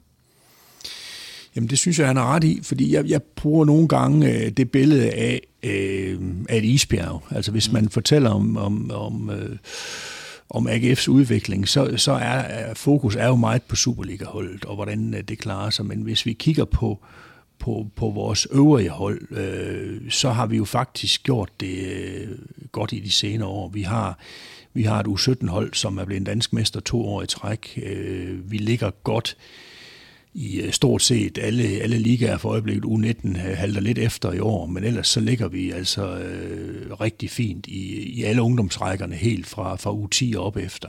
C: Jamen det synes jeg, han har ret i, fordi jeg, jeg bruger nogle gange øh, det billede af, øh, af et isbjerg. Altså hvis man fortæller om, om, om, øh, om A G F's udvikling, så, så er fokus er jo meget på Superliga-holdet, og hvordan øh, det klarer sig. Men hvis vi kigger på, på, på vores øvrige hold, øh, så har vi jo faktisk gjort det øh, godt i de senere år. Vi har, vi har et U sytten-hold, som er blevet dansk mester to år i træk. Øh, vi ligger godt i stort set alle, alle ligaer for øjeblikket. U nitten halter lidt efter i år, men ellers så ligger vi altså øh, rigtig fint i, i alle ungdomsrækkerne, helt fra, fra U ti op efter.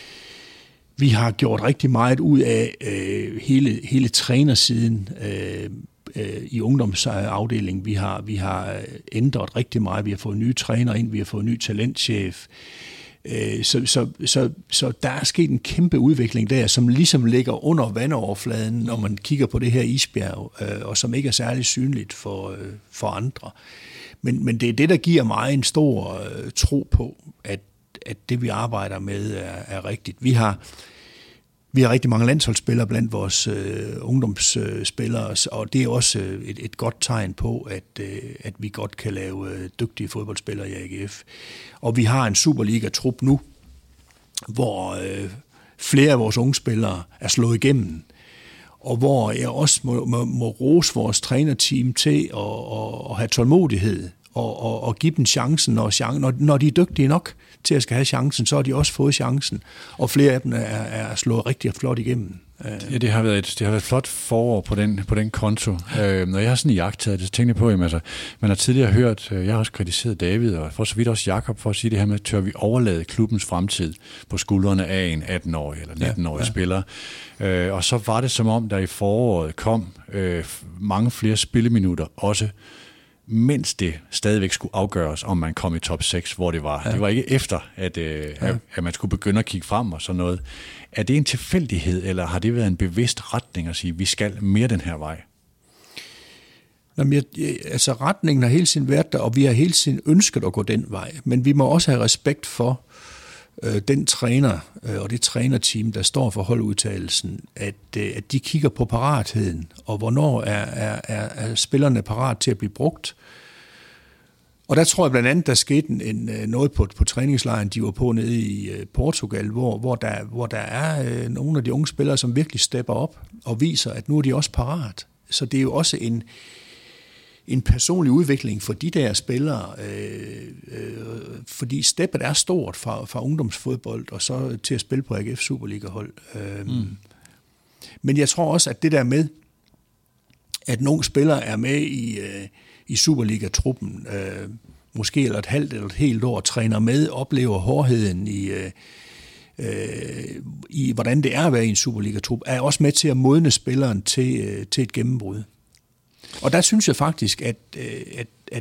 C: Vi har gjort rigtig meget ud af øh, hele, hele trænersiden øh, øh, i ungdomsafdelingen. Vi har, vi har ændret rigtig meget. Vi har fået nye trænere ind, vi har fået ny talentchef. Så, så, så, så der er sket en kæmpe udvikling der, som ligesom ligger under vandoverfladen, når man kigger på det her isbjerg, og som ikke er særlig synligt for, for andre. Men, men det er det, der giver mig en stor tro på, at, at det, vi arbejder med, er, er rigtigt. Vi har, vi har rigtig mange landsholdsspillere blandt vores øh, ungdomsspillere, og det er også et, et godt tegn på, at, øh, at vi godt kan lave øh, dygtige fodboldspillere i A G F. Og vi har en Superliga-trup nu, hvor øh, flere af vores unge spillere er slået igennem, og hvor jeg også må, må, må rose vores trænerteam til at, at, at have tålmodighed og, og, og give dem chancen, når, når, når de er dygtige nok til at skal have chancen, så har de også fået chancen, og flere af dem er, er slået rigtig flot igennem.
B: Ja, det har været et, det har været et flot forår på den, på den konto. Øh, når jeg har sådan iagttaget det, så tænkte jeg på, at altså, man har tidligere hørt, jeg har også kritiseret David, og for så vidt også Jakob, for at sige det her med, tør vi overlade klubbens fremtid på skuldrene af en atten-årig eller nitten-årig ja, ja. spiller. Øh, og så var det som om, der i foråret kom øh, mange flere spilleminutter, også mens det stadigvæk skulle afgøres, om man kom i top seks, hvor det var. Ja. Det var ikke efter, at, øh, ja. at man skulle begynde at kigge frem og sådan noget. Er det en tilfældighed, eller har det været en bevidst retning at sige, at vi skal mere den her vej?
C: Jamen, jeg, altså retningen har hele tiden været der, og vi har hele tiden ønsket at gå den vej. Men vi må også have respekt for øh, den træner øh, og det trænerteam, der står for holdudtagelsen, at, øh, at de kigger på paratheden, og hvornår er, er, er, er spillerne parat til at blive brugt. Og der tror jeg blandt andet, der skete en, en, noget på, på træningslejren, de var på nede i uh, Portugal, hvor, hvor, der, hvor der er uh, nogle af de unge spillere, som virkelig stepper op og viser, at nu er de også parat. Så det er jo også en, en personlig udvikling for de der spillere, øh, øh, fordi steppet er stort fra, fra ungdomsfodbold og så til at spille på A G F Superliga-hold. Øh, mm. Men jeg tror også, at det der med, at nogle spillere er med i, øh, i Superliga-truppen, øh, måske eller et halvt eller et helt år, træner med, oplever hårdheden i, øh, øh, i hvordan det er at være i en Superliga-trup, er også med til at modne spilleren til, øh, til et gennembrud. Og der synes jeg faktisk, at, at, at,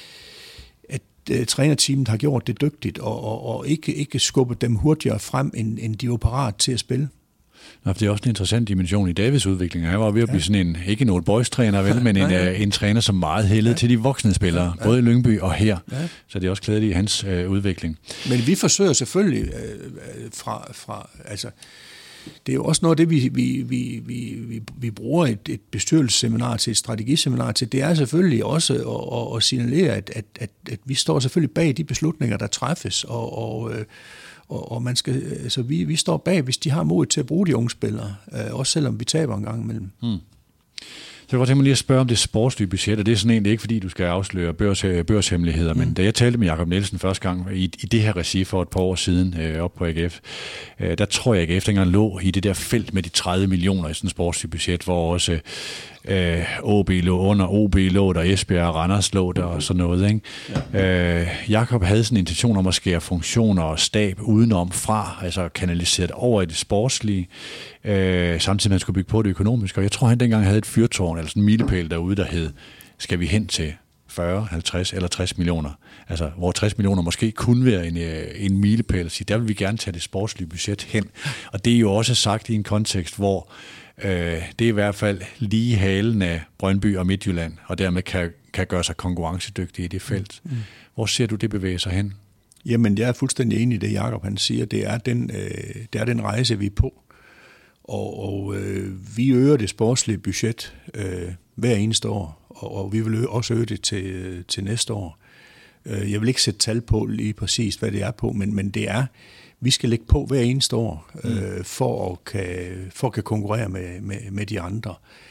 C: at, at trænerteamet har gjort det dygtigt, og, og, og ikke, ikke skubbet dem hurtigere frem, end, end de var parat til at spille.
B: Nå, det er også en interessant dimension i Davids udvikling. Han var ved at blive ja. sådan en, ikke en old boys træner, vel, men en, ja. en træner, som meget hældede ja. til de voksne spillere, ja. både i Lyngby og her. Ja. Så det er også klædeligt i hans øh, udvikling.
C: Men vi forsøger selvfølgelig øh, fra, fra, altså, det er jo også noget af det, vi, vi, vi, vi, vi bruger et, et bestyrelsesseminar til, et strategiseminar til. Det er selvfølgelig også at, at, at signalere, at, at, at, at vi står selvfølgelig bag de beslutninger, der træffes, og, og, og, og man skal, altså vi, vi står bag, hvis de har mod til at bruge de unge spillere, også selvom vi taber en gang imellem. Hmm.
B: Så jeg kunne tænke mig lige at spørge om det sportslige budget, og det er sådan egentlig ikke, fordi du skal afsløre børs, børshemmeligheder, mm. men da jeg talte med Jakob Nielsen første gang i, i det her regi for et par år siden øh, op på A G F, øh, der tror jeg, at A G F dengang lå i det der felt med de tredive millioner i sådan et sportsligt budget, hvor også øh, O B lå under, O B lå der, Esbjerg og Randers lå der og sådan noget. Ikke? Ja. Øh, Jakob havde sådan en intention om at skære funktioner og stab udenom fra, altså kanalisere det over i det sportslige, øh, samtidig med at man skulle bygge på det økonomiske. Og jeg tror, han dengang havde et fyrtårn, eller sådan en milepæl derude, der hed, skal vi hen til fyrre, halvtreds eller tres millioner? Altså, hvor tres millioner måske kunne være en, en milepæl, så der vil vi gerne tage det sportslige budget hen. Og det er jo også sagt i en kontekst, hvor øh, det er i hvert fald lige halen af Brøndby og Midtjylland, og dermed kan, kan gøre sig konkurrencedygtige i det felt. Mm. Hvor ser du det bevæge sig hen?
C: Jamen, jeg er fuldstændig enig i det, Jakob han siger. Det er den, øh, det er den rejse, vi er på. Og, og øh, vi øger det sportslige budget øh, hver eneste år, og, og vi vil også øge det til, til næste år. Øh, jeg vil ikke sætte tal på lige præcis, hvad det er på, men, men det er, vi skal lægge på hver eneste år, øh, for, at kan, for at kan konkurrere med, med, med de andre.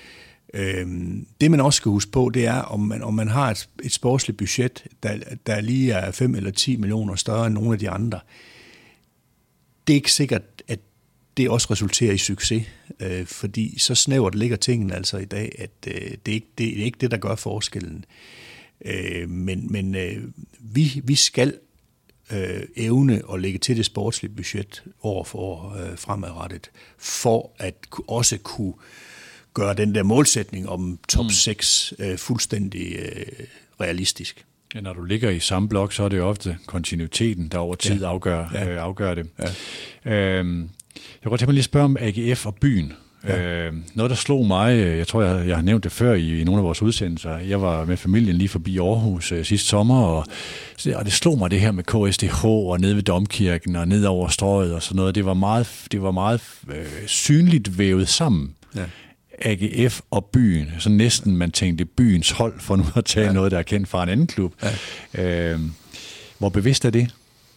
C: Øh, det man også skal huske på, det er, om man, om man har et, et sportsligt budget, der, der lige er fem eller ti millioner større end nogle af de andre. Det er ikke sikkert, at det også resulterer i succes, øh, fordi så snævert ligger tingene altså i dag, at øh, det, er ikke, det er ikke det, der gør forskellen. Øh, men men øh, vi, vi skal øh, evne at lægge til det sportslige budget år for år øh, fremadrettet, for at også kunne gøre den der målsætning om top seks øh, fuldstændig øh, realistisk.
B: Ja, når du ligger i samme blok, så er det jo ofte kontinuiteten, der over tid ja. afgør, ja. Øh, afgør det. Ja. Øhm, Jeg kunne godt tænke mig lige at spørge om A G F og byen. Ja. Øh, noget, der slog mig, jeg tror, jeg, jeg har nævnt det før i, i nogle af vores udsendelser. Jeg var med familien lige forbi Aarhus øh, sidste sommer, og, og det slog mig det her med K S D H og nede ved Domkirken og ned over Strøget og sådan noget. Det var meget, det var meget øh, synligt vævet sammen. Ja. A G F og byen. Så næsten man tænkte byens hold, for nu at tage ja. noget, der er kendt fra en anden klub. Ja. Øh, hvor bevidst er det?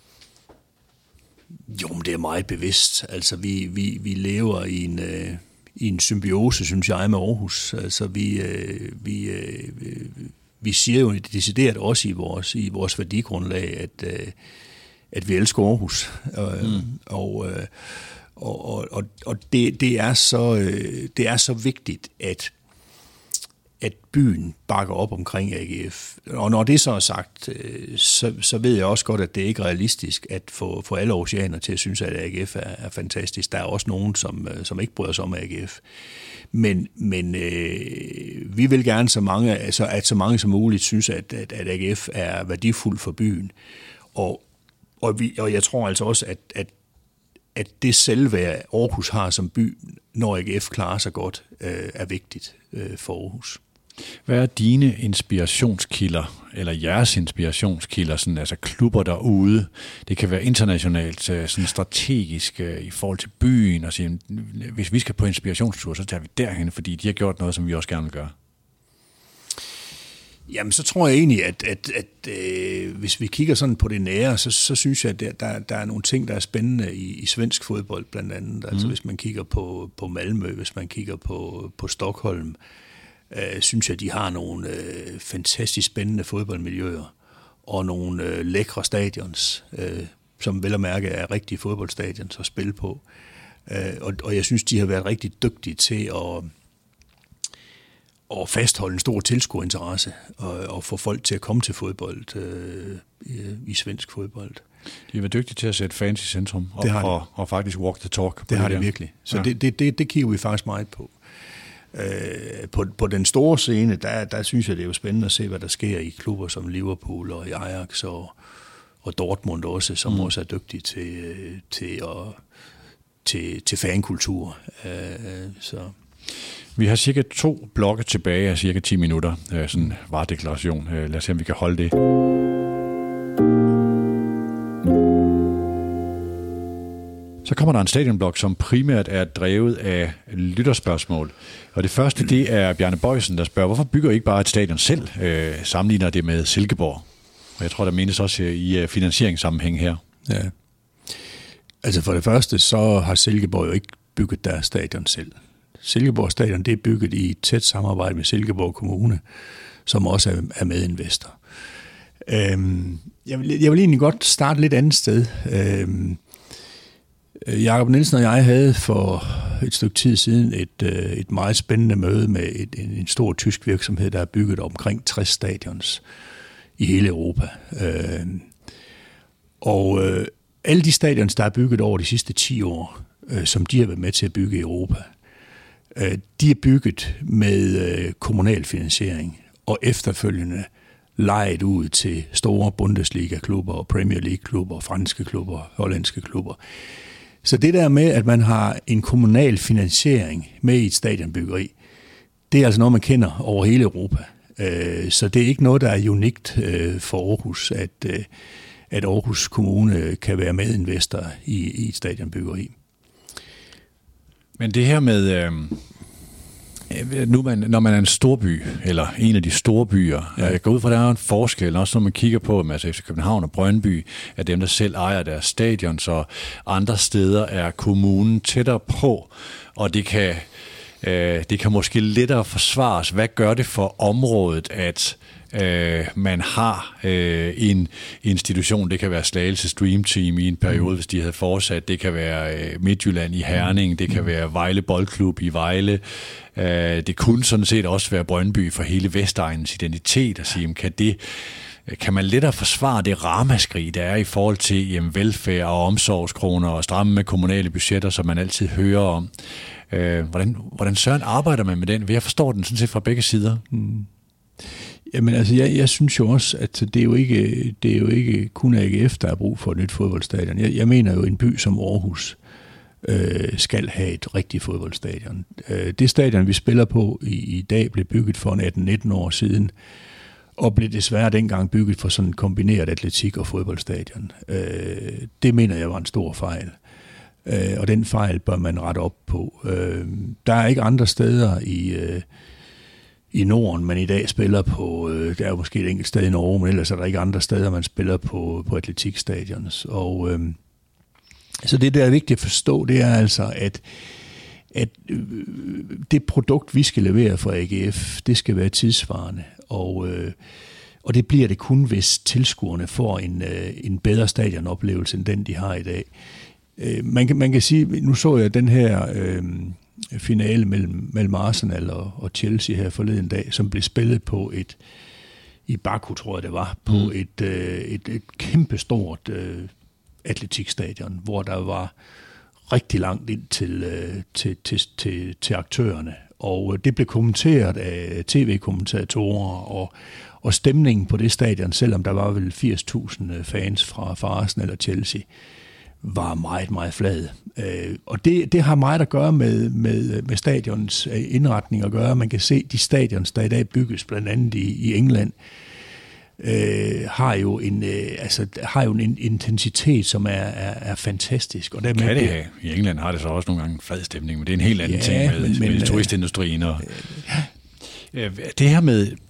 C: Jo, men det er meget bevidst. Altså, vi, vi, vi lever i en, øh, i en symbiose, synes jeg, med Aarhus. Altså, vi, øh, vi, øh, vi siger jo decideret også i vores, i vores værdigrundlag, at, øh, at vi elsker Aarhus. Øh, mm. Og, øh, og, og, og det, det, er så, øh, det er så vigtigt, at at byen bakker op omkring A G F. Og når det så er sagt, så, så ved jeg også godt, at det ikke er realistisk at få, få alle oceaner til at synes, at A G F er, er fantastisk. Der er også nogen, som, som ikke bryder sig om A G F. Men, men øh, vi vil gerne, så mange, altså, at så mange som muligt synes, at, at, at A G F er værdifuld for byen. Og, og, vi, og jeg tror altså også, at, at, at det selvværd, Aarhus har som by, når A G F klarer sig godt, øh, er vigtigt øh, for Aarhus.
B: Hvad er dine inspirationskilder, eller jeres inspirationskilder, sådan, altså klubber derude? Det kan være internationalt, sådan strategisk i forhold til byen, og sige, hvis vi skal på inspirationstur, så tager vi derhen, fordi de har gjort noget, som vi også gerne vil gøre.
C: Jamen, så tror jeg egentlig, at, at, at øh, hvis vi kigger sådan på det nære, så, så synes jeg, at der, der er nogle ting, der er spændende i, i svensk fodbold blandt andet. Altså mm. hvis man kigger på, på Malmø, hvis man kigger på, på Stockholm, øh, synes jeg, de har nogle øh, fantastisk spændende fodboldmiljøer og nogle øh, lækre stadions, øh, som vel at mærke er rigtige fodboldstadions at spille på. Øh, og, og jeg synes, de har været rigtig dygtige til at og fastholde en stor tilskuerinteresse og, og få folk til at komme til fodbold øh, i, i svensk fodbold.
B: De er dygtige til at sætte fans i centrum og, og, og faktisk walk the talk.
C: Det, det har de virkelig. Så ja. det, det, det, det kigger vi faktisk meget på. Øh, på. På den store scene, der, der synes jeg, det er jo spændende at se, hvad der sker i klubber som Liverpool og i Ajax og, og Dortmund også, som mm. også er dygtige til, til, at, til, til fankultur. Øh, så...
B: Vi har cirka to blokke tilbage af cirka ti minutter. Sådan en varedeklaration. Lad os se, om vi kan holde det. Så kommer der en stadionblok, som primært er drevet af lytterspørgsmål. Og det første, det er Bjarne Bøjsen, der spørger, hvorfor bygger I ikke bare et stadion selv? Øh, sammenligner det med Silkeborg. Og jeg tror, der menes også i finansieringssammenhæng her.
C: Ja. Altså for det første, så har Silkeborg jo ikke bygget deres stadion selv. Silkeborg Stadion, det er bygget i et tæt samarbejde med Silkeborg Kommune, som også er, er medinvestor. Øhm, jeg, vil, jeg vil egentlig godt starte lidt andet sted. Øhm, Jakob Nielsen og jeg havde for et stykke tid siden et, et meget spændende møde med et, en, en stor tysk virksomhed, der er bygget omkring tres stadions i hele Europa. Øhm, og øh, alle de stadions, der er bygget over de sidste ti år, øh, som de har været med til at bygge i Europa, de er bygget med kommunal finansiering og efterfølgende lejet ud til store Bundesliga-klubber og Premier League-klubber, franske klubber, hollandske klubber. Så det der med, at man har en kommunal finansiering med i et stadionbyggeri, det er altså noget, man kender over hele Europa. Så det er ikke noget, der er unikt for Aarhus, at, at Aarhus Kommune kan være medinvestor i, i et stadionbyggeri.
B: Men det her med, øh, nu man, når man er en storby, eller en af de store byer, ja. Jeg går ud fra, at der er en forskel, også når man kigger på, altså F C København og Brøndby, er dem, der selv ejer deres stadion, så andre steder er kommunen tættere på, og det kan, øh, det kan måske lettere forsvares. Hvad gør det for området, at Øh, man har øh, en institution, det kan være Slagelse Stream Team i en periode, mm. hvis de havde fortsat, det kan være øh, Midtjylland i Herning, det kan mm. være Vejle Boldklub i Vejle, øh, det kunne sådan set også være Brøndby for hele Vestegnens identitet, at sige, kan det kan man lettere forsvare det ramaskrig, der er i forhold til jamen, velfærd og omsorgskroner og stramme med kommunale budgetter, som man altid hører om. Øh, hvordan, hvordan søren arbejder man med den? Jeg forstår den sådan set fra begge sider. Mm.
C: Jamen altså, jeg, jeg synes jo også, at det er jo ikke, det er jo ikke kun A G F, der er brug for et nyt fodboldstadion. Jeg, jeg mener jo, en by som Aarhus øh, skal have et rigtigt fodboldstadion. Øh, det stadion, vi spiller på i, i dag, blev bygget for atten nitten år siden, og blev desværre dengang bygget for sådan en kombineret atletik- og fodboldstadion. Øh, det mener jeg var en stor fejl. Øh, og den fejl bør man rette op på. Øh, der er ikke andre steder i... Øh, i Norden, man i dag spiller på, øh, der er jo måske et enkelt sted i Norge, men ellers er der ikke andre steder, man spiller på, på atletikstadions. Og øh, så det, der er vigtigt at forstå, det er altså, at, at øh, det produkt, vi skal levere fra A G F, det skal være tidsvarende, og, øh, og det bliver det kun, hvis tilskuerne får en, øh, en bedre stadionoplevelse, end den, de har i dag. Øh, man, kan, man kan sige, nu så jeg den her... Øh, finale mellem, mellem Arsenal og, og Chelsea her forleden dag, som blev spillet på et, i Baku, tror jeg det var, på mm. et, øh, et, et kæmpestort øh, atletikstadion, hvor der var rigtig langt ind til, øh, til, til, til, til aktørerne. Og det blev kommenteret af tv-kommentatorer, og, og stemningen på det stadion, selvom der var vel firs tusind fans fra, fra Arsenal og Chelsea, var meget, meget flad. Øh, og det, det har meget at gøre med, med, med stadions indretning at gøre. Man kan se, de stadions, der i dag bygges, blandt andet i, i England, øh, har, jo en, øh, altså, har jo en intensitet, som er, er, er fantastisk. Og dermed
B: kan det have. I England har det så også nogle gange en flad stemning, men det er en helt anden ja, ting med, men, med men, turistindustrien. Og, øh, det her med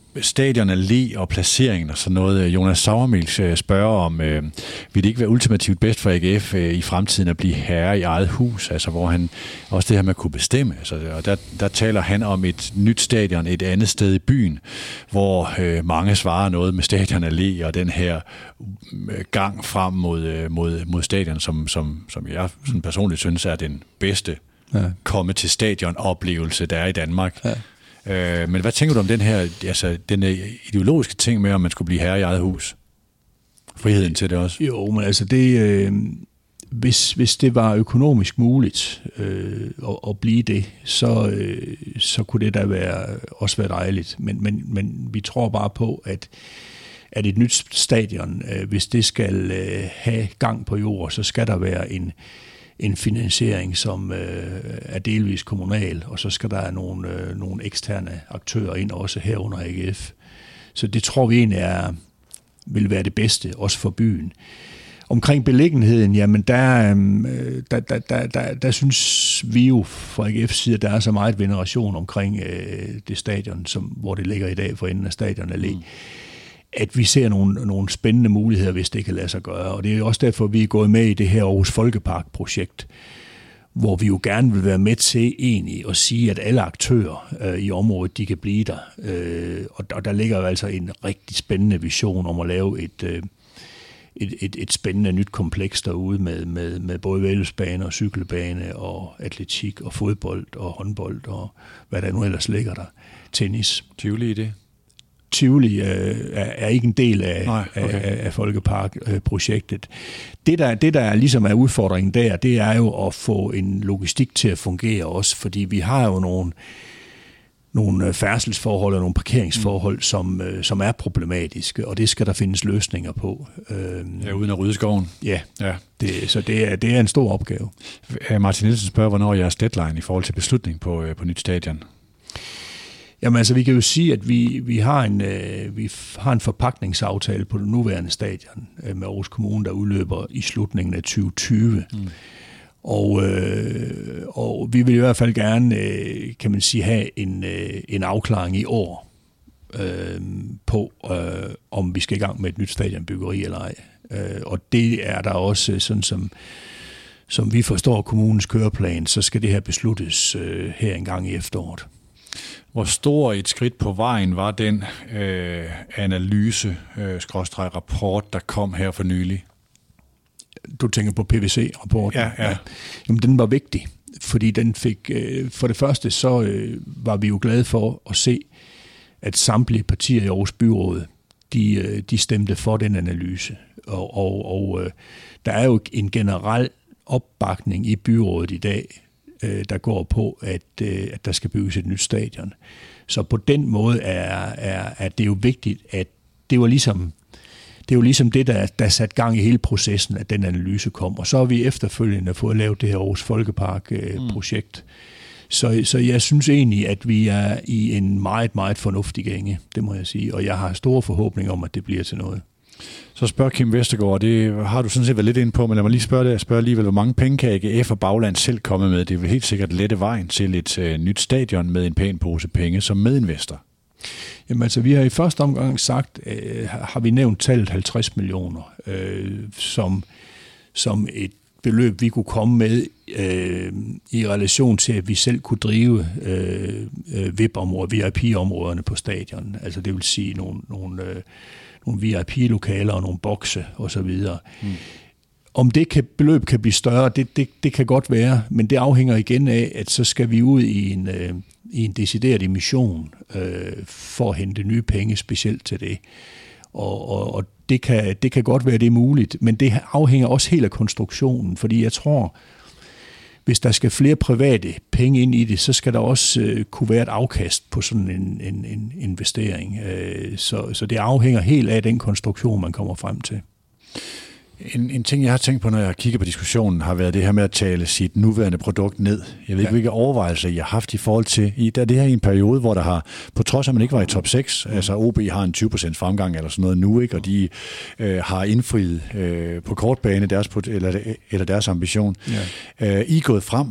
B: stadion, allé og placeringen og sådan noget. Jonas Sauermilch spørger om, øh, vil det ikke være ultimativt bedst for A G F øh, i fremtiden at blive herre i eget hus, altså hvor han også det her med at kunne bestemme. Altså, og der, der taler han om et nyt stadion et andet sted i byen, hvor øh, mange svarer noget med stadion, allé og den her øh, gang frem mod, øh, mod, mod stadion, som, som, som jeg sådan personligt synes er den bedste ja. komme til stadion oplevelse, der er i Danmark. Ja. Øh, men hvad tænker du om den her, altså den ideologiske ting med, om man skulle blive herre i eget hus? Friheden til det også?
C: Jo, men altså det, øh, hvis, hvis det var økonomisk muligt øh, at, at blive det, så, øh, så kunne det da være, også være dejligt. Men, men, men vi tror bare på, at, at et nyt stadion, øh, hvis det skal øh, have gang på jord, så skal der være en en finansiering, som øh, er delvis kommunal, og så skal der nogle, øh, nogle eksterne aktører ind også herunder A G F. Så det tror vi egentlig er, vil være det bedste, også for byen. Omkring beliggenheden, jamen der, øh, der, der, der, der, der synes vi jo fra A G F's side, at der er så meget veneration omkring øh, det stadion, som, hvor det ligger i dag for enden af Stadion Allé. Mm. At vi ser nogle, nogle spændende muligheder, hvis det kan lade sig gøre. Og det er jo også derfor, vi er gået med i det her Aarhus Folkepark-projekt, hvor vi jo gerne vil være med til egentlig at sige, at alle aktører øh, i området, de kan blive der. Øh, og, og der ligger jo altså en rigtig spændende vision om at lave et, øh, et, et, et spændende nyt kompleks derude med, med, med både vældesbane og cykelbane og atletik og fodbold og håndbold og hvad der nu ellers ligger der. Tennis.
B: Tivoli i det?
C: Tivoli øh, er, er ikke en del af,
B: Nej, okay.
C: af, af Folkepark-projektet. Det der, det, der ligesom er udfordringen der, det er jo at få en logistik til at fungere også, fordi vi har jo nogle, nogle færdselsforhold og nogle parkeringsforhold, mm. som, som er problematiske, og det skal der findes løsninger på.
B: Ja, uden at rydde skoven.
C: Ja, ja. Det, så det er, det er en stor opgave.
B: Martin Nielsen spørger, hvornår er jeres deadline i forhold til beslutning på, på nyt stadion?
C: Jamen altså, vi kan jo sige, at vi, vi, har, en, øh, vi har en forpagtningsaftale på det nuværende stadion øh, med Aarhus Kommune, der udløber i slutningen af tyve tyve. Mm. Og, øh, og vi vil i hvert fald gerne, øh, kan man sige, have en, øh, en afklaring i år øh, på, øh, om vi skal i gang med et nyt stadionbyggeri eller ej. Øh, og det er der også, sådan som, som vi forstår kommunens køreplan, så skal det her besluttes øh, her en gang i efteråret.
B: Hvor stor et skridt på vejen var den øh, analyse, øh, skråstreg rapport, der kom her for nylig?
C: Du tænker på P V C-rapporten?
B: Ja, ja.
C: ja. Jamen, den var vigtig, fordi den fik, øh, for det første så øh, var vi jo glade for at se, at samtlige partier i Aarhus Byråd, de, øh, de stemte for den analyse. Og, og, og øh, der er jo en generel opbakning i byrådet i dag, der går på, at, at der skal bygges et nyt stadion. Så på den måde er, er, er det jo vigtigt, at det var ligesom det er jo ligesom det, der, der sat gang i hele processen, at den analyse kom. Og så har vi efterfølgende fået lavet det her Aarhus Folkepark-projekt. Mm. Så, så jeg synes egentlig, at vi er i en meget, meget fornuftig gænge, det må jeg sige. Og jeg har store forhåbninger om, at det bliver til noget.
B: Så spørger Kim Vestergaard, det har du sådan set været lidt inde på, men lad mig lige spørge dig, jeg spørger alligevel, hvor mange penge kan A G F og Bagland selv komme med? Det vil helt sikkert lette vejen til et øh, nyt stadion med en pæn pose penge som medinvestor.
C: Jamen altså, vi har i første omgang sagt, øh, har vi nævnt tallet halvtreds millioner, øh, som, som et beløb, vi kunne komme med øh, i relation til, at vi selv kunne drive øh, V I P-områder, V I P-områderne på stadion. Altså det vil sige nogle, nogle, øh, nogle V I P-lokaler og nogle bokse osv. Mm. Om det kan, beløb kan blive større, det, det, det kan godt være, men det afhænger igen af, at så skal vi ud i en, øh, i en decideret emission øh, for at hente nye penge specielt til det. Og, og, og det, kan, det kan godt være, det er muligt, men det afhænger også helt af konstruktionen, fordi jeg tror, hvis der skal flere private penge ind i det, så skal der også øh, kunne være et afkast på sådan en, en, en investering. Øh, så, så det afhænger helt af den konstruktion, man kommer frem til.
B: En, en ting, jeg har tænkt på, når jeg kigger på diskussionen, har været det her med at tale sit nuværende produkt ned. Jeg ved ikke, ja. hvilke overvejelser I har haft i forhold til, i, der er det her i en periode, hvor der har, på trods af, at man ikke var i top seks, mm. altså O B har en tyve procent fremgang eller sådan noget nu, ikke, og de øh, har indfriet øh, på kortbane deres, eller, eller deres ambition. Ja. Øh, I er gået frem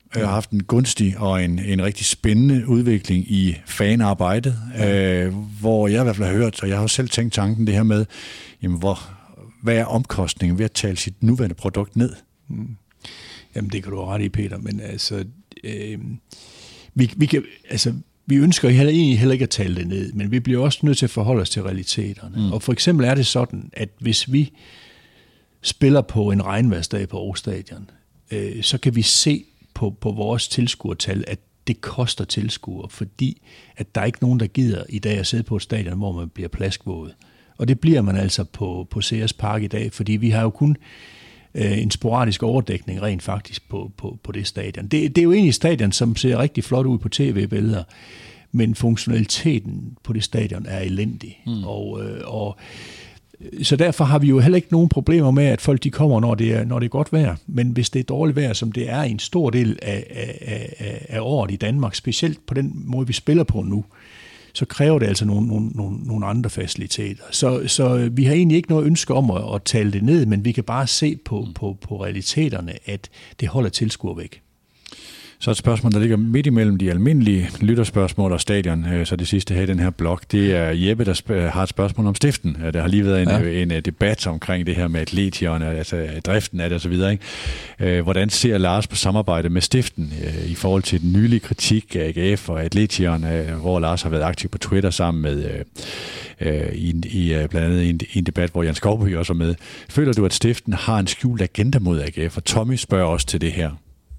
B: Jeg har haft en gunstig og en, en rigtig spændende udvikling i fanarbejdet, ja. øh, hvor jeg i hvert fald har hørt, og jeg har jo selv tænkt tanken det her med, jamen hvor, hvad er omkostningen ved at tale sit nuværende produkt ned?
C: Mm. Jamen det kan du have ret i, Peter, men altså, øh, vi, vi, kan, altså, vi ønsker heller, egentlig heller ikke at tale det ned, men vi bliver også nødt til at forholde os til realiteterne. Mm. Og for eksempel er det sådan, at hvis vi spiller på en regnværsdag på Aarhus Stadion, øh, så kan vi se på, på vores tilskuertal, at det koster tilskuere, fordi at der er ikke nogen, der gider i dag at sidde på et stadion, hvor man bliver plaskvåget. Og det bliver man altså på, på Sears Park i dag, fordi vi har jo kun øh, en sporadisk overdækning rent faktisk på, på, på det stadion. Det, det er jo egentlig et stadion, som ser rigtig flot ud på tv-billeder, men funktionaliteten på det stadion er elendig. Mm. Og, øh, og så derfor har vi jo heller ikke nogen problemer med, at folk de kommer, når det er, når det er godt vejr. Men hvis det er dårligt vejr, som det er i en stor del af, af, af, af året i Danmark, specielt på den måde, vi spiller på nu, så kræver det altså nogle, nogle, nogle, nogle andre faciliteter. Så, så vi har egentlig ikke noget ønske om at, at tale det ned, men vi kan bare se på, på, på realiteterne, at det holder tilskuer væk.
B: Så et spørgsmål, der ligger midt imellem de almindelige lytterspørgsmål og stadion, så det sidste her i den her blog, det er Jeppe, der har et spørgsmål om stiften. Der har lige været en, ja. en, en debat omkring det her med atletierne, altså driften af det osv. Hvordan ser Lars på samarbejde med stiften i forhold til den nylige kritik af A G F og atletierne, hvor Lars har været aktiv på Twitter sammen med i, i blandt andet i en, i en debat, hvor Jan Skovby også er med. Føler du, at stiften har en skjult agenda mod A G F? Og Tommy spørger også til det her.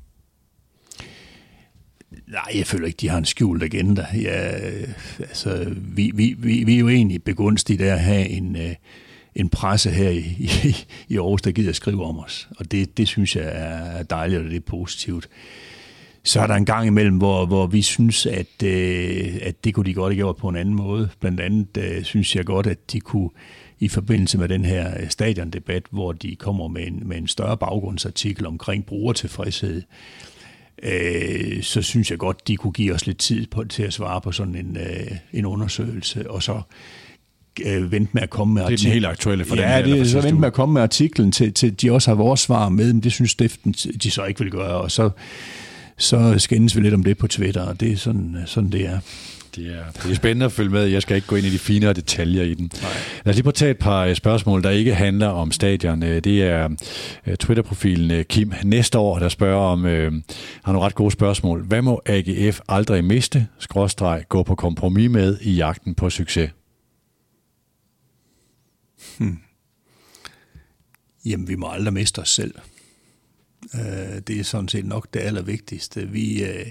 C: Nej, jeg føler ikke, de har en skjult agenda. Ja, altså, vi, vi, vi, vi er jo egentlig begunstiget af at have en, en presse her i, i, i Aarhus, der gider at skrive om os. Og det, det synes jeg er dejligt, og det er positivt. Så er der en gang imellem, hvor, hvor vi synes, at, at det kunne de godt have gjort på en anden måde. Blandt andet synes jeg godt, at de kunne i forbindelse med den her stadiondebat, hvor de kommer med en, med en større baggrundsartikel omkring brugertilfredshed, Øh, så synes jeg godt, de kunne give os lidt tid på, til at svare på sådan en, øh, en undersøgelse, og så øh, vente med at komme med artiklen.
B: Det er den helt aktuelle for
C: ja,
B: den her.
C: Ja, så vente med at komme med artiklen, til, til de også har vores svar med, men det synes stiften, de så ikke vil gøre, og så, så skændes vi lidt om det på Twitter, og det er sådan, sådan det er.
B: Det er, det er spændende at følge med. Jeg skal ikke gå ind i de finere detaljer i den. Nej. Lad os lige prøve at tage et par spørgsmål, der ikke handler om stadion. Det er Twitter-profilen Kim Næstår, der spørger om, øh, har nogle ret gode spørgsmål. Hvad må A G F aldrig miste, skråstreg, gå på kompromis med i jagten på succes?
C: Hmm. Jamen, vi må aldrig miste os selv. Uh, det er sådan set nok det allervigtigste. Vi... Uh,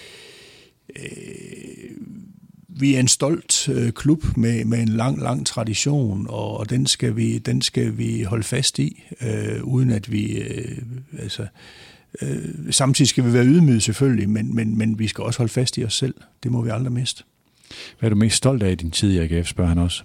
C: Vi er en stolt øh, klub med, med en lang, lang tradition, og, og den, skal vi, den skal vi holde fast i, øh, uden at vi... Øh, altså, øh, samtidig skal vi være ydmyge selvfølgelig, men, men, men vi skal også holde fast i os selv. Det må vi aldrig miste.
B: Hvad er du mest stolt af i din tid i A G F, spørger han også?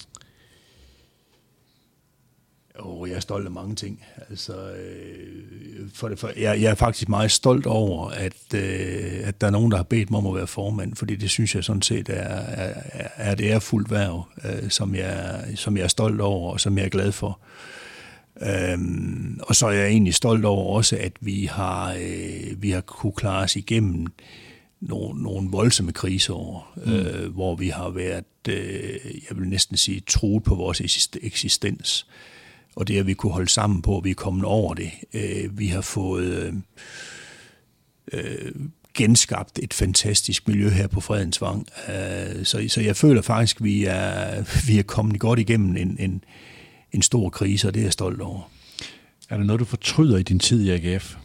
C: Oh, jeg er stolt af mange ting. Altså, øh, for det, for, jeg, jeg er faktisk meget stolt over, at, øh, at der er nogen, der har bedt mig om at være formand, fordi det synes jeg sådan set er, er, er et ærefuldt hverv, øh, som, jeg, som jeg er stolt over, og som jeg er glad for. Øhm, og så er jeg egentlig stolt over også, at vi har, øh, vi har kunne klare os igennem nogle, nogle voldsomme kriseår, mm. øh, hvor vi har været, øh, jeg vil næsten sige, truet på vores eksistens. Og det, at vi kunne holde sammen på, at vi er kommet over det. Vi har fået øh, genskabt et fantastisk miljø her på Fredensvang. Så, så jeg føler faktisk, at vi er, vi er kommet godt igennem en, en, en stor krise, og det er jeg stolt over.
B: Er der noget, du fortryder i din tid i A G F?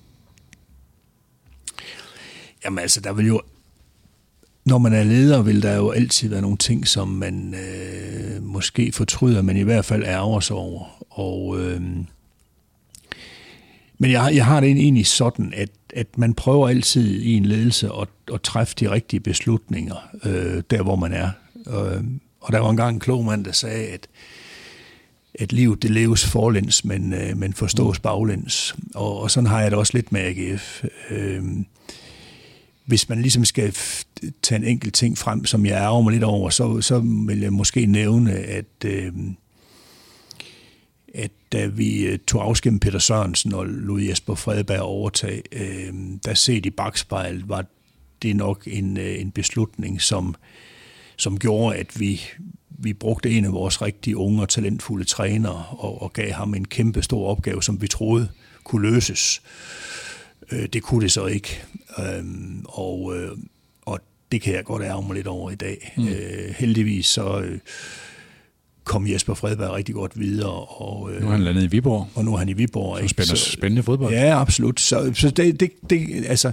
C: Jamen altså, der vil jo... Når man er leder, vil der jo altid være nogle ting, som man øh, måske fortryder, men i hvert fald ærger sig over. Og, øh, men jeg, jeg har det egentlig sådan, at, at man prøver altid i en ledelse at, at træffe de rigtige beslutninger, øh, der hvor man er. Øh, og der var engang en klog mand, der sagde, at, at livet det leves forlæns, men, øh, men forstås baglæns. Og, og sådan har jeg det også lidt med A G F. Øh, Hvis man ligesom skal tage en enkelt ting frem, som jeg ærger mig lidt over, så, så vil jeg måske nævne, at, øh, at da vi tog afsked med Peter Sørensen og lod Jesper Fredberg overtage, øh, der set i bakspejlet, var det nok en, en beslutning, som, som gjorde, at vi, vi brugte en af vores rigtig unge og talentfulde trænere og, og gav ham en kæmpe stor opgave, som vi troede kunne løses. Øh, det kunne det så ikke. Øh, og, øh, og det kan jeg godt ærge mig lidt over i dag. Mm. Øh, heldigvis så øh, kom Jesper Fredberg rigtig godt videre. Og, øh,
B: nu er han landet i Viborg.
C: Og nu er han i Viborg.
B: Så spændende, så, spændende fodbold.
C: Ja, absolut. Så, så det, det, det, altså,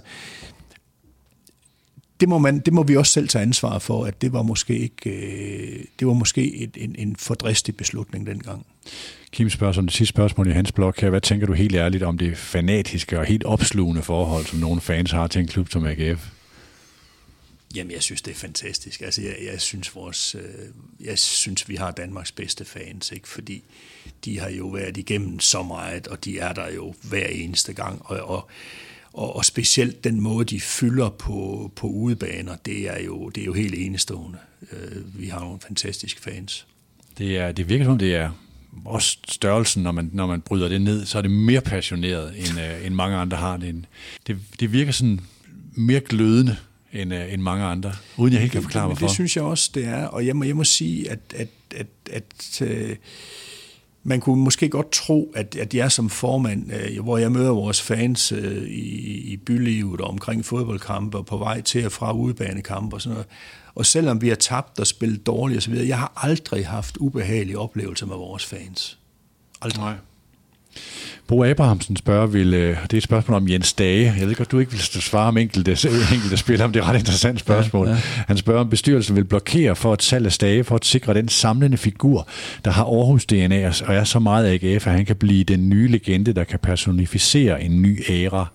C: det, må man, det må vi også selv tage ansvar for, at det var måske ikke, øh, det var måske et, en, en fordristig beslutning dengang.
B: Kim spørger som det sidste spørgsmål i hans blog her. Hvad tænker du helt ærligt om det fanatiske og helt opslugende forhold, som nogle fans har til en klub som A G F?
C: Jamen, jeg synes, det er fantastisk. Altså, jeg, jeg, synes, vores, øh, jeg synes, vi har Danmarks bedste fans, ikke? Fordi de har jo været igennem så meget, og de er der jo hver eneste gang. Og, og, og, og specielt den måde, de fylder på, på udebaner, det er, jo, det er jo helt enestående. Øh, vi har nogle fantastiske fans.
B: Det, er, det virker som, det er også størrelsen, når man, når man bryder det ned, så er det mere passioneret, end, øh, end mange andre har. Det, det, det virker sådan mere glødende, end, end mange andre, uden jeg helt kan forklare mig for.
C: Det synes jeg også, det er. Og jeg må, jeg må sige, at, at, at, at øh, man kunne måske godt tro, at, at jeg som formand, øh, hvor jeg møder vores fans øh, i, i bylivet og omkring fodboldkampe og på vej til og fra udebanekampe og sådan noget, og selvom vi har tabt og spillet dårligt osv., jeg har aldrig haft ubehagelige oplevelser med vores fans. Aldrig. Nej.
B: Bo Abrahamsen spørger, vil, det er et spørgsmål om Jens Dage. Jeg ved godt, du ikke vil svare om enkelte, enkelte spillere, om det er et ret interessant spørgsmål. Ja, ja. Han spørger, om bestyrelsen vil blokere for et salg af Stage, for at sikre den samlende figur, der har Aarhus D N A og er så meget A G F, at han kan blive den nye legende, der kan personificere en ny æra.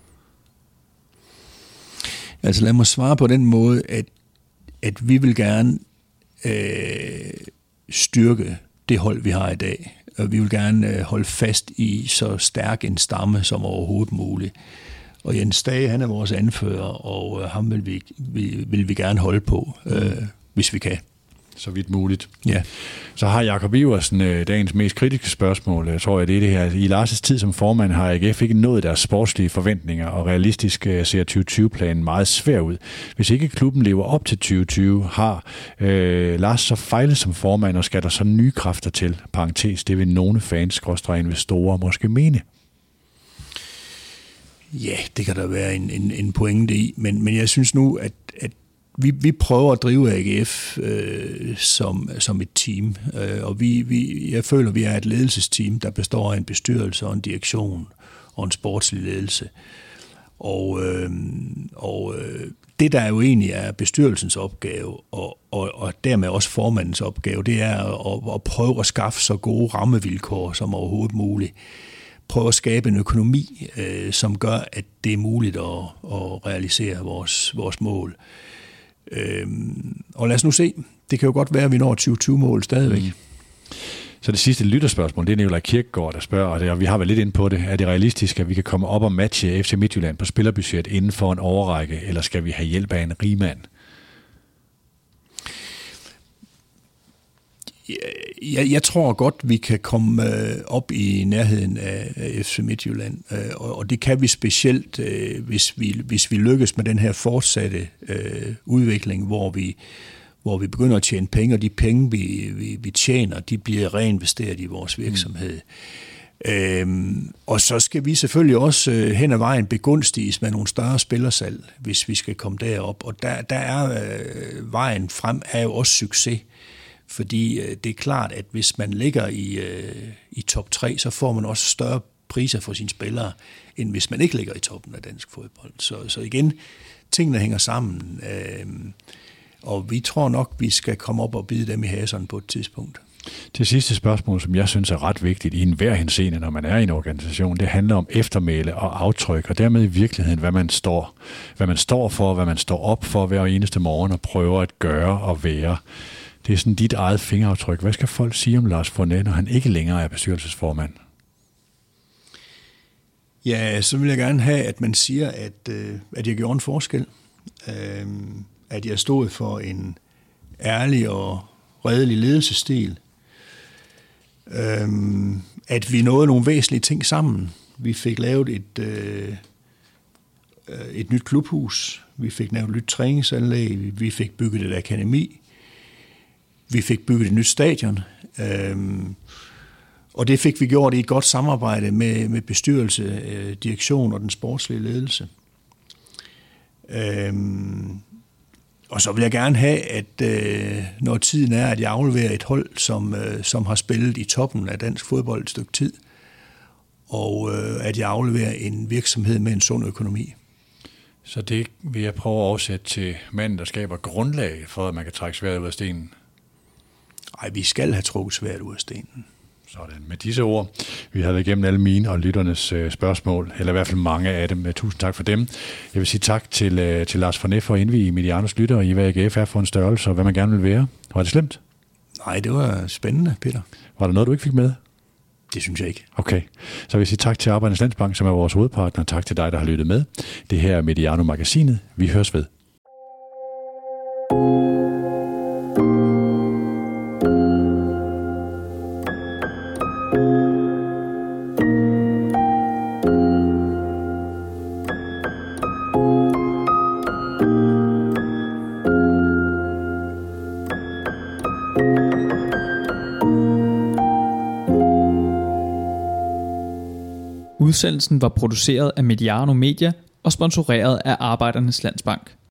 C: Altså lad mig svare på den måde, at, at vi vil gerne øh, styrke det hold, vi har i dag. Og vi vil gerne holde fast i så stærk en stamme som overhovedet muligt. Og Jens Dage, han er vores anfører, og ham vil vi, vi, vil vi gerne holde på, mm. øh, hvis vi kan.
B: Så vidt muligt.
C: Ja.
B: Så har Jakob Iversen dagens mest kritiske spørgsmål. Jeg tror, at det er det her. I Lars' tid som formand har A G F ikke nået deres sportslige forventninger, og realistisk ser tyve tyve-planen meget svær ud. Hvis ikke klubben lever op til tyve tyve, har øh, Lars så fejlet som formand, og skal der så nye kræfter til? Parentes, det vil nogle fans, skråstreg investorer, måske mene.
C: Ja, det kan der være en, en, en pointe i, men, men jeg synes nu, at, at Vi, vi prøver at drive A G F øh, som, som et team, øh, og vi, vi, jeg føler, at vi er et ledelsesteam, der består af en bestyrelse og en direktion og en sportslig ledelse. Og, øh, og øh, det, der jo egentlig er bestyrelsens opgave, og, og, og dermed også formandens opgave, det er at, at prøve at skaffe så gode rammevilkår som overhovedet muligt. Prøve at skabe en økonomi, øh, som gør, at det er muligt at, at realisere vores, vores mål. Øhm, og lad os nu se. Det kan jo godt være, at vi når tyve tyve-mål stadigvæk. Mm.
B: Så det sidste lytterspørgsmål, det er Nikolaj Kirkegaard, der spørger, og, det, og vi har været lidt inde på det. Er det realistisk, at vi kan komme op og matche F C Midtjylland på spillerbudget inden for en overrække, eller skal vi have hjælp af en rigmand?
C: Jeg, jeg tror godt, vi kan komme øh, op i nærheden af, af F C Midtjylland, øh, og, og det kan vi specielt, øh, hvis, vi, hvis vi lykkes med den her fortsatte øh, udvikling, hvor vi, hvor vi begynder at tjene penge, og de penge, vi, vi, vi tjener, de bliver reinvesteret i vores virksomhed. Mm. Øhm, og så skal vi selvfølgelig også øh, hen ad vejen begunstiges med nogle større spillersalg, hvis vi skal komme derop, og der, der er øh, vejen frem er jo også succes. Fordi øh, det er klart, at hvis man ligger i, øh, i top tre, så får man også større priser for sine spillere, end hvis man ikke ligger i toppen af dansk fodbold. Så, så igen, tingene hænger sammen, øh, og vi tror nok, vi skal komme op og bide dem i haserne på et tidspunkt.
B: Det sidste spørgsmål, som jeg synes er ret vigtigt i enhver henseende, når man er i en organisation, det handler om eftermæle og aftryk, og dermed i virkeligheden, hvad man står, hvad man står for, hvad man står op for hver eneste morgen og prøver at gøre og være. Det er sådan dit eget fingeraftryk. Hvad skal folk sige om Lars Fournet, når han ikke længere er bestyrelsesformand?
C: Ja, så vil jeg gerne have, at man siger, at, at jeg gjorde en forskel. At jeg stod for en ærlig og redelig ledelsesstil. at vi nåede nogle væsentlige ting sammen. Vi fik lavet et, øh, et nyt klubhus, vi fik lavet et nyt træningsanlæg, vi fik bygget et akademi, vi fik bygget et nyt stadion, øh, og det fik vi gjort i et godt samarbejde med, med bestyrelse, øh, direktion og den sportslige ledelse. Øh, og så vil jeg gerne have, at øh, når tiden er, at jeg afleverer et hold, som, øh, som har spillet i toppen af dansk fodbold et stykke tid, og øh, at jeg afleverer en virksomhed med en sund økonomi.
B: Så det vil jeg prøve at oversætte til manden, der skaber grundlag for, at man kan trække sværet ud af stenen.
C: Nej, vi skal have trukket sværet ud af stenen.
B: Sådan. Med disse ord, vi har været igennem alle mine og lytternes øh, spørgsmål, eller i hvert fald mange af dem. Tusind tak for dem. Jeg vil sige tak til, øh, til Lars Fornet for at indvige Medianos lyttere i, hvad A G F er for en størrelse, og hvad man gerne vil være. Var det slemt?
C: Nej, det var spændende, Peter.
B: Var der noget, du ikke fik med?
C: Det synes jeg ikke.
B: Okay, så vil jeg sige tak til Arbejdernes Landsbank, som er vores hovedpartner, og tak til dig, der har lyttet med. Det her er Mediano-magasinet. Vi høres ved.
A: Udsendelsen var produceret af Mediano Media og sponsoreret af Arbejdernes Landsbank.